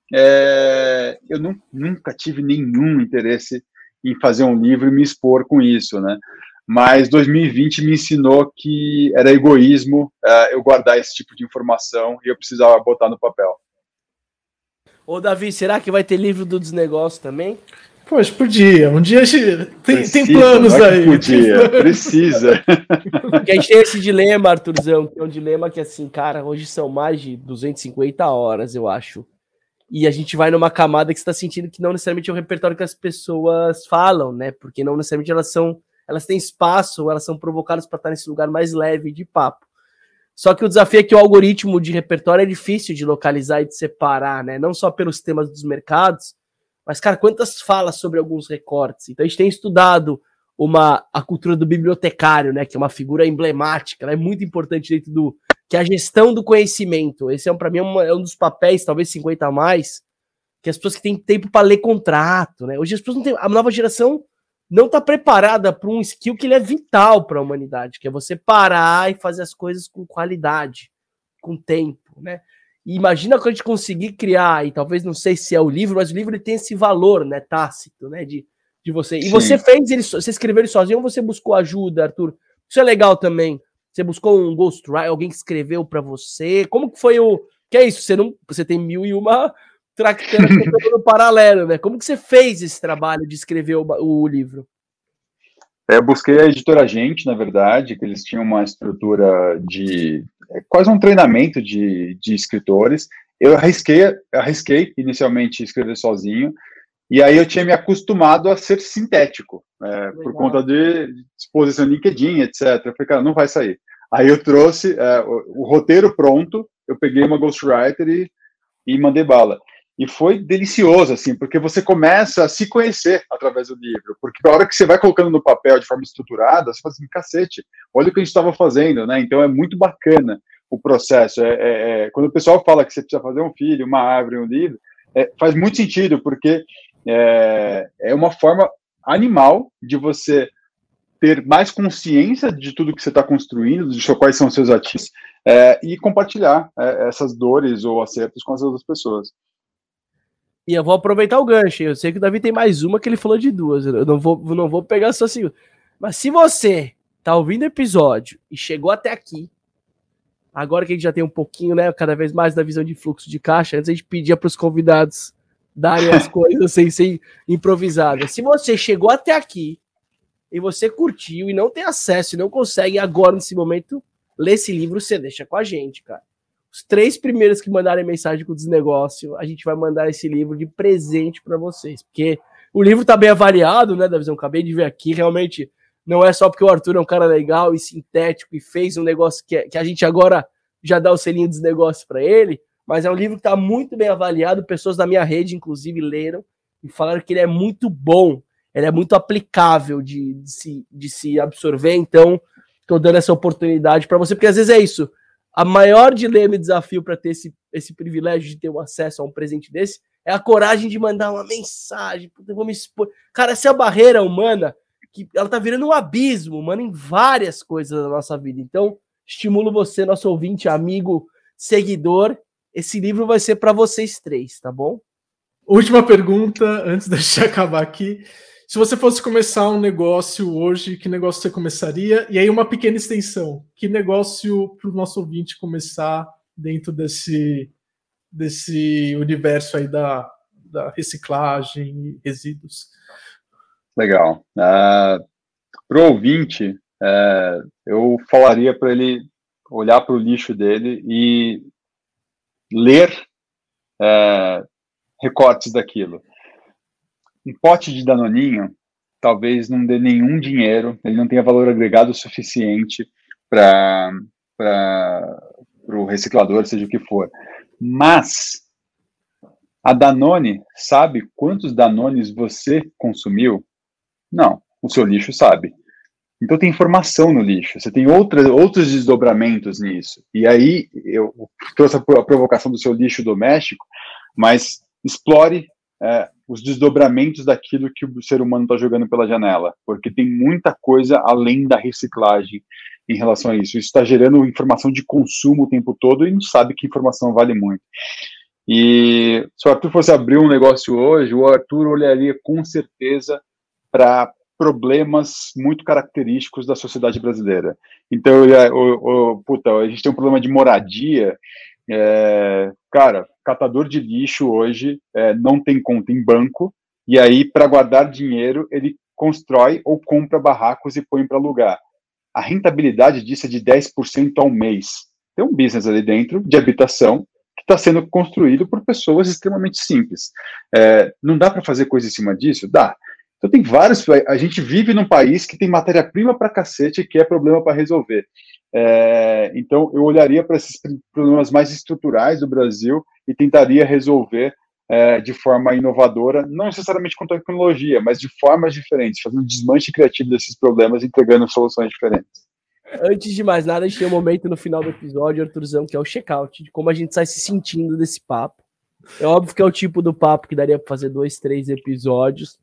[SPEAKER 1] é, eu não, nunca tive nenhum interesse em fazer um livro e me expor com isso, né? Mas dois mil e vinte me ensinou que era egoísmo uh, eu guardar esse tipo de informação e eu precisava botar no papel.
[SPEAKER 3] Ô, Davi, será que vai ter livro do desnegócio também?
[SPEAKER 2] Poxa, podia. Um dia a gente... tem,
[SPEAKER 1] Precisa,
[SPEAKER 2] tem planos
[SPEAKER 1] não é que
[SPEAKER 2] aí.
[SPEAKER 1] Podia, precisa.
[SPEAKER 3] Porque a gente tem esse dilema, Arthurzão, que é um dilema que, assim, cara, hoje são mais de duzentas e cinquenta horas, eu acho. E a gente vai numa camada que você tá sentindo que não necessariamente é o repertório que as pessoas falam, né? Porque não necessariamente elas são, elas têm espaço, elas são provocadas para estar nesse lugar mais leve de papo. Só que o desafio é que o algoritmo de repertório é difícil de localizar e de separar, né? Não só pelos temas dos mercados, mas, cara, quantas falas sobre alguns recortes. Então a gente tem estudado uma, a cultura do bibliotecário, né? Que é uma figura emblemática, ela é muito importante dentro do... que é a gestão do conhecimento. Esse é, para mim, é, é um dos papéis, talvez cinquenta a mais, que as pessoas que têm tempo para ler contrato, né? Hoje as pessoas não têm, a nova geração não está preparada para um skill que ele é vital para a humanidade, que é você parar e fazer as coisas com qualidade, com tempo, né? E imagina quando a gente conseguir criar, e talvez não sei se é o livro, mas o livro ele tem esse valor, né, tácito, né, de, de você. E Sim. você fez ele, você escreveu ele sozinho ou você buscou ajuda, Arthur? Isso é legal também. Você buscou um ghostwriter, alguém que escreveu para você? Como que foi o... Que é isso? Você não, você tem mil e uma tractando no paralelo, né? Como que você fez esse trabalho de escrever o, o livro?
[SPEAKER 1] É, eu busquei a editora Gente, na verdade, que eles tinham uma estrutura de... É quase um treinamento de, de escritores. Eu arrisquei, arrisquei inicialmente escrever sozinho, e aí eu tinha me acostumado a ser sintético, é, por conta de exposição no LinkedIn, etcétera. Eu falei, cara, não vai sair. Aí eu trouxe é, o, o roteiro pronto, eu peguei uma ghostwriter e, e mandei bala. E foi delicioso, assim, porque você começa a se conhecer através do livro. Porque a hora que você vai colocando no papel de forma estruturada, você fala assim, cacete, olha o que a gente estava fazendo, né? Então é muito bacana o processo. É, é, é, quando o pessoal fala que você precisa fazer um filho, uma árvore, um livro, é, faz muito sentido, porque é, é uma forma animal de você ter mais consciência de tudo que você está construindo, de quais são os seus ativos, é, e compartilhar é, essas dores ou acertos com as outras pessoas.
[SPEAKER 3] E eu vou aproveitar o gancho. Eu sei que o Davi tem mais uma que ele falou de duas. Eu não vou, não vou pegar só assim. Mas se você tá ouvindo o episódio e chegou até aqui, agora que a gente já tem um pouquinho, né, cada vez mais da visão de fluxo de caixa, antes a gente pedia para os convidados darem as coisas sem ser improvisadas. Se você chegou até aqui e você curtiu e não tem acesso e não consegue agora, nesse momento, ler esse livro, você deixa com a gente, cara. Os três primeiros que mandarem mensagem com o Desnegócio, a gente vai mandar esse livro de presente para vocês. Porque o livro tá bem avaliado, né, Davizão? Acabei de ver aqui, realmente não é só porque o Arthur é um cara legal e sintético e fez um negócio que, que a gente agora já dá o selinho dos negócios para ele, mas é um livro que tá muito bem avaliado, pessoas da minha rede, inclusive, leram e falaram que ele é muito bom, ele é muito aplicável de, de, se, de se absorver, então tô dando essa oportunidade para você, porque às vezes é isso. A maior dilema e desafio para ter esse, esse privilégio de ter um acesso a um presente desse é a coragem de mandar uma mensagem, puta, eu vou me expor. Cara, essa é a barreira humana, que ela tá virando um abismo, mano, em várias coisas da nossa vida. Então, estimulo você, nosso ouvinte, amigo, seguidor, esse livro vai ser para vocês três, tá bom?
[SPEAKER 2] Última pergunta, antes da gente acabar aqui. Se você fosse começar um negócio hoje, que negócio você começaria? E aí uma pequena extensão. Que negócio para o nosso ouvinte começar dentro desse, desse universo aí da, da reciclagem e resíduos?
[SPEAKER 1] Legal. Uh, para o ouvinte, uh, eu falaria para ele olhar para o lixo dele e ler uh, recortes daquilo. Um pote de danoninho talvez não dê nenhum dinheiro, ele não tenha valor agregado suficiente para o reciclador, seja o que for. Mas a Danone sabe quantos Danones você consumiu? Não, o seu lixo sabe. Então tem informação no lixo, você tem outra, outros desdobramentos nisso. E aí eu trouxe a provocação do seu lixo doméstico, mas explore é, os desdobramentos daquilo que o ser humano está jogando pela janela, porque tem muita coisa além da reciclagem em relação a isso. Isso está gerando informação de consumo o tempo todo e não sabe que informação vale muito. E se o Arthur fosse abrir um negócio hoje, o Arthur olharia com certeza para problemas muito característicos da sociedade brasileira. Então, o, o, puta, a gente tem um problema de moradia. É, cara, catador de lixo hoje é, não tem conta em banco, e aí, para guardar dinheiro, ele constrói ou compra barracos e põe para alugar. A rentabilidade disso é de dez por cento ao mês. Tem um business ali dentro de habitação que está sendo construído por pessoas extremamente simples. É, não dá para fazer coisa em cima disso? Dá. Então tem vários, a gente vive num país que tem matéria-prima para cacete que é problema para resolver. É, então eu olharia para esses problemas mais estruturais do Brasil e tentaria resolver é, de forma inovadora, não necessariamente com tecnologia, mas de formas diferentes, fazendo um desmanche criativo desses problemas e entregando soluções diferentes.
[SPEAKER 3] Antes de mais nada, a gente tem um momento no final do episódio, Arthurzão, que é o check-out, de como a gente sai se sentindo desse papo. É óbvio que é o tipo do papo que daria para fazer dois, três episódios,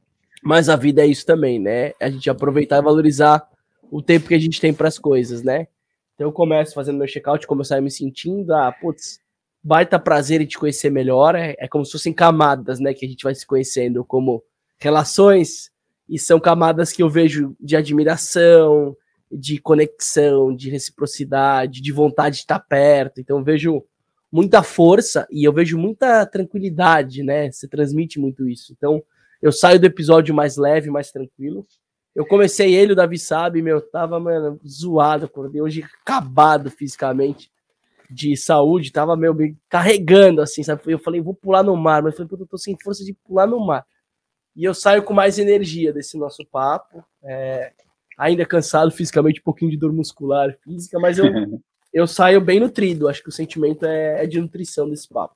[SPEAKER 3] mas a vida é isso também, né? A gente aproveitar e valorizar o tempo que a gente tem para as coisas, né? Então eu começo fazendo meu check-out, como eu saio me sentindo, ah, putz, baita prazer em te conhecer melhor, é, é como se fossem camadas, né, que a gente vai se conhecendo como relações, e são camadas que eu vejo de admiração, de conexão, de reciprocidade, de vontade de estar perto. Então eu vejo muita força e eu vejo muita tranquilidade, né? Você transmite muito isso. Então eu saio do episódio mais leve, mais tranquilo. Eu comecei ele, o Davi sabe, meu, tava, mano, zoado, acordei hoje acabado fisicamente, de saúde, tava, meu, me carregando, assim, sabe? Eu falei, vou pular no mar, mas eu falei, eu tô sem força de pular no mar. E eu saio com mais energia desse nosso papo, é, ainda cansado fisicamente, um pouquinho de dor muscular, física, mas eu, eu saio bem nutrido, acho que o sentimento é, é de nutrição desse papo.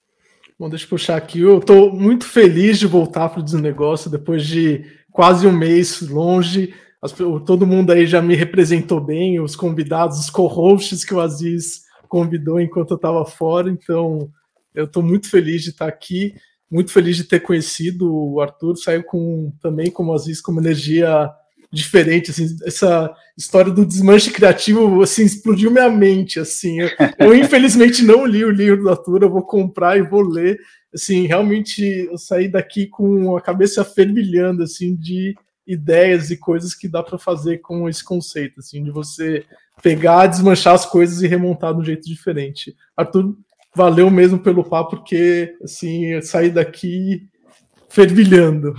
[SPEAKER 2] Bom, deixa eu puxar aqui, eu tô muito feliz de voltar pro Desnegócio, depois de quase um mês longe, as, todo mundo aí já me representou bem, os convidados, os co-hosts que o Aziz convidou enquanto eu estava fora, então eu estou muito feliz de estar aqui, muito feliz de ter conhecido o Arthur, saiu com, também, como o Aziz, com uma energia diferente, assim, essa história do desmanche criativo, assim, explodiu minha mente, assim, eu, eu infelizmente não li o livro do Arthur, eu vou comprar e vou ler, assim, realmente eu saí daqui com a cabeça fervilhando, assim, de ideias e coisas que dá para fazer com esse conceito, assim, de você pegar, desmanchar as coisas e remontar de um jeito diferente. Arthur, valeu mesmo pelo papo, porque, assim, eu saí daqui fervilhando.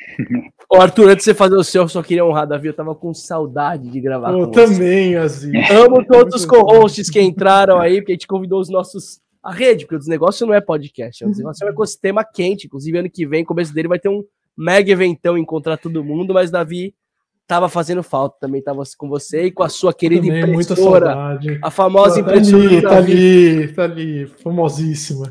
[SPEAKER 3] Ô, Arthur, antes de você fazer o seu, eu só queria honrar, Davi, eu tava com saudade de gravar
[SPEAKER 2] eu
[SPEAKER 3] com
[SPEAKER 2] também, você. Aziz.
[SPEAKER 3] Amo todos os co-hosts que entraram aí, porque a gente convidou os nossos... A rede, porque o Desnegócio não é podcast, o Desnegócio é um ecossistema quente, inclusive ano que vem, começo dele, vai ter um mega eventão, encontrar todo mundo, mas Davi tava fazendo falta, também tava com você e com a sua querida
[SPEAKER 2] também,
[SPEAKER 3] impressora, a famosa tá impressora
[SPEAKER 2] ali, tá ali, tá ali, famosíssima.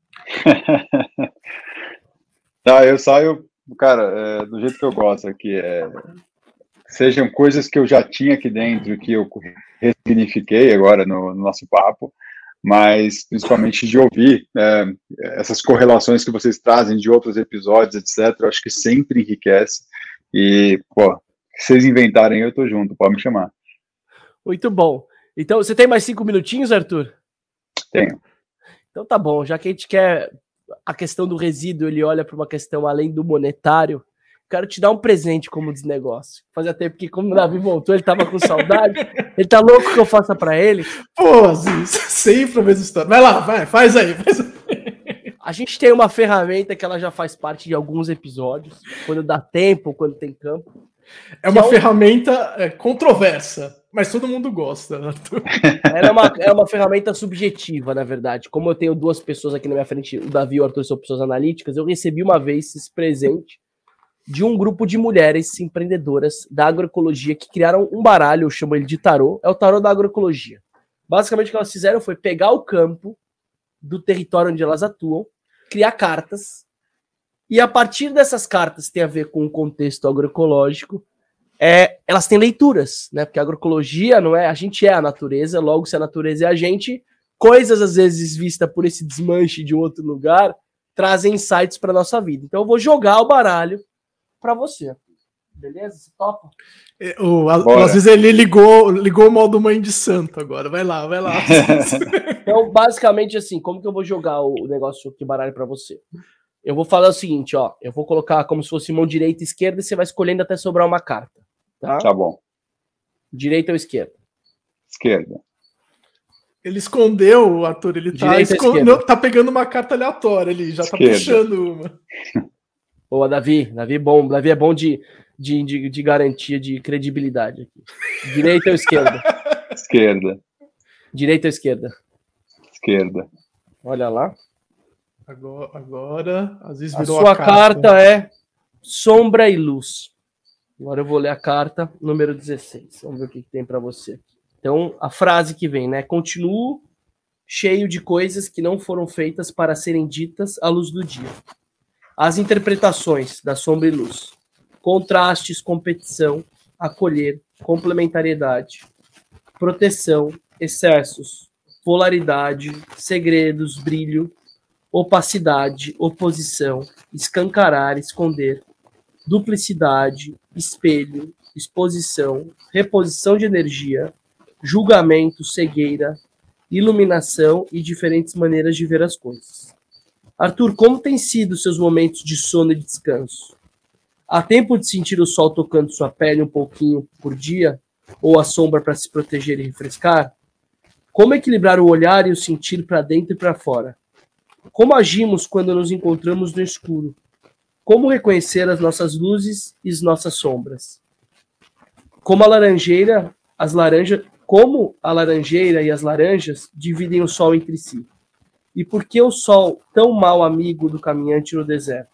[SPEAKER 1] Tá, eu saio, cara, é, do jeito que eu gosto aqui, é, sejam coisas que eu já tinha aqui dentro, que eu ressignifiquei agora no, no nosso papo, mas principalmente de ouvir é, essas correlações que vocês trazem de outros episódios, etcétera. Eu acho que sempre enriquece. E, pô, se vocês inventarem, eu tô junto, pode me chamar.
[SPEAKER 3] Muito bom. Então, você tem mais cinco minutinhos, Arthur?
[SPEAKER 1] Tenho.
[SPEAKER 3] Então tá bom, já que a gente quer a questão do resíduo, ele olha para uma questão além do monetário, quero te dar um presente como desnegócio. Fazia tempo que, como o Davi voltou, ele tava com saudade, ele tá louco que eu faça para ele.
[SPEAKER 2] Pô, Aziz, sempre a mesma história. Vai lá, vai, faz aí, faz aí.
[SPEAKER 3] A gente tem uma ferramenta que ela já faz parte de alguns episódios, quando dá tempo, quando tem campo.
[SPEAKER 2] É uma é um... ferramenta é, controversa, mas todo mundo gosta, Arthur.
[SPEAKER 3] Ela é uma, é uma ferramenta subjetiva, na verdade. Como eu tenho duas pessoas aqui na minha frente, o Davi e o Arthur são pessoas analíticas, eu recebi uma vez esse presente de um grupo de mulheres empreendedoras da agroecologia que criaram um baralho, eu chamo ele de tarô, é o tarô da agroecologia. Basicamente o que elas fizeram foi pegar o campo do território onde elas atuam, criar cartas, e a partir dessas cartas que tem a ver com o contexto agroecológico, é, elas têm leituras, né? Porque a agroecologia não é, a gente é a natureza, logo se a natureza é a gente, coisas às vezes vistas por esse desmanche de um outro lugar, trazem insights para nossa vida. Então eu vou jogar o baralho para você. Beleza? Você topa?
[SPEAKER 2] O, às vezes ele ligou, ligou o modo mãe de santo agora. Vai lá, vai lá.
[SPEAKER 3] Então, basicamente assim, como que eu vou jogar o negócio aqui, baralho para você? Eu vou falar o seguinte, ó. Eu vou colocar como se fosse mão direita e esquerda e você vai escolhendo até sobrar uma carta. Tá?
[SPEAKER 1] Tá bom.
[SPEAKER 3] Direita ou esquerda?
[SPEAKER 1] Esquerda.
[SPEAKER 2] Ele escondeu, Arthur. Ele tá, escond... Não, tá pegando uma carta aleatória ali. Já esquerda. Tá puxando uma.
[SPEAKER 3] Boa, Davi. Davi é bom. Davi é bom de, de, de, de garantia, de credibilidade. Aqui. Direita ou esquerda?
[SPEAKER 1] Esquerda.
[SPEAKER 3] Direita ou esquerda?
[SPEAKER 1] Esquerda.
[SPEAKER 3] Olha lá.
[SPEAKER 2] Agora, agora às vezes virou
[SPEAKER 3] a sua
[SPEAKER 2] a carta.
[SPEAKER 3] carta é sombra e luz. Agora eu vou ler a carta número dezesseis. Vamos ver o que tem para você. Então, a frase que vem, né? Continuo cheio de coisas que não foram feitas para serem ditas à luz do dia. As interpretações da sombra e luz. Contrastes, competição, acolher, complementariedade, proteção, excessos, polaridade, segredos, brilho, opacidade, oposição, escancarar, esconder, duplicidade, espelho, exposição, reposição de energia, julgamento, cegueira, iluminação e diferentes maneiras de ver as coisas. Arthur, como têm sido seus momentos de sono e descanso? Há tempo de sentir o sol tocando sua pele um pouquinho por dia? Ou a sombra para se proteger e refrescar? Como equilibrar o olhar e o sentir para dentro e para fora? Como agimos quando nos encontramos no escuro? Como reconhecer as nossas luzes e as nossas sombras? Como a laranjeira, as laranjas, como a laranjeira e as laranjas dividem o sol entre si? E por que o sol tão mau amigo do caminhante no deserto?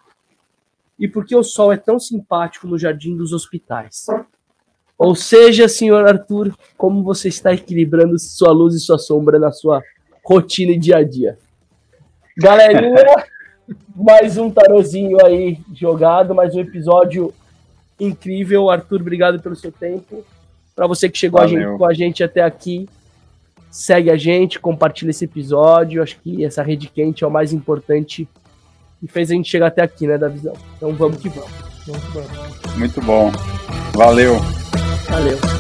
[SPEAKER 3] E por que o sol é tão simpático no jardim dos hospitais? Ou seja, senhor Arthur, como você está equilibrando sua luz e sua sombra na sua rotina e dia a dia? Galerinha, mais um tarozinho aí jogado, mais um episódio incrível. Arthur, obrigado pelo seu tempo. Para você que chegou a gente, com a gente até aqui, segue a gente, compartilha esse episódio. Acho que essa rede quente é o mais importante e fez a gente chegar até aqui, né, Davizão? Então vamos que vamos.
[SPEAKER 1] Muito bom. Valeu.
[SPEAKER 3] Valeu.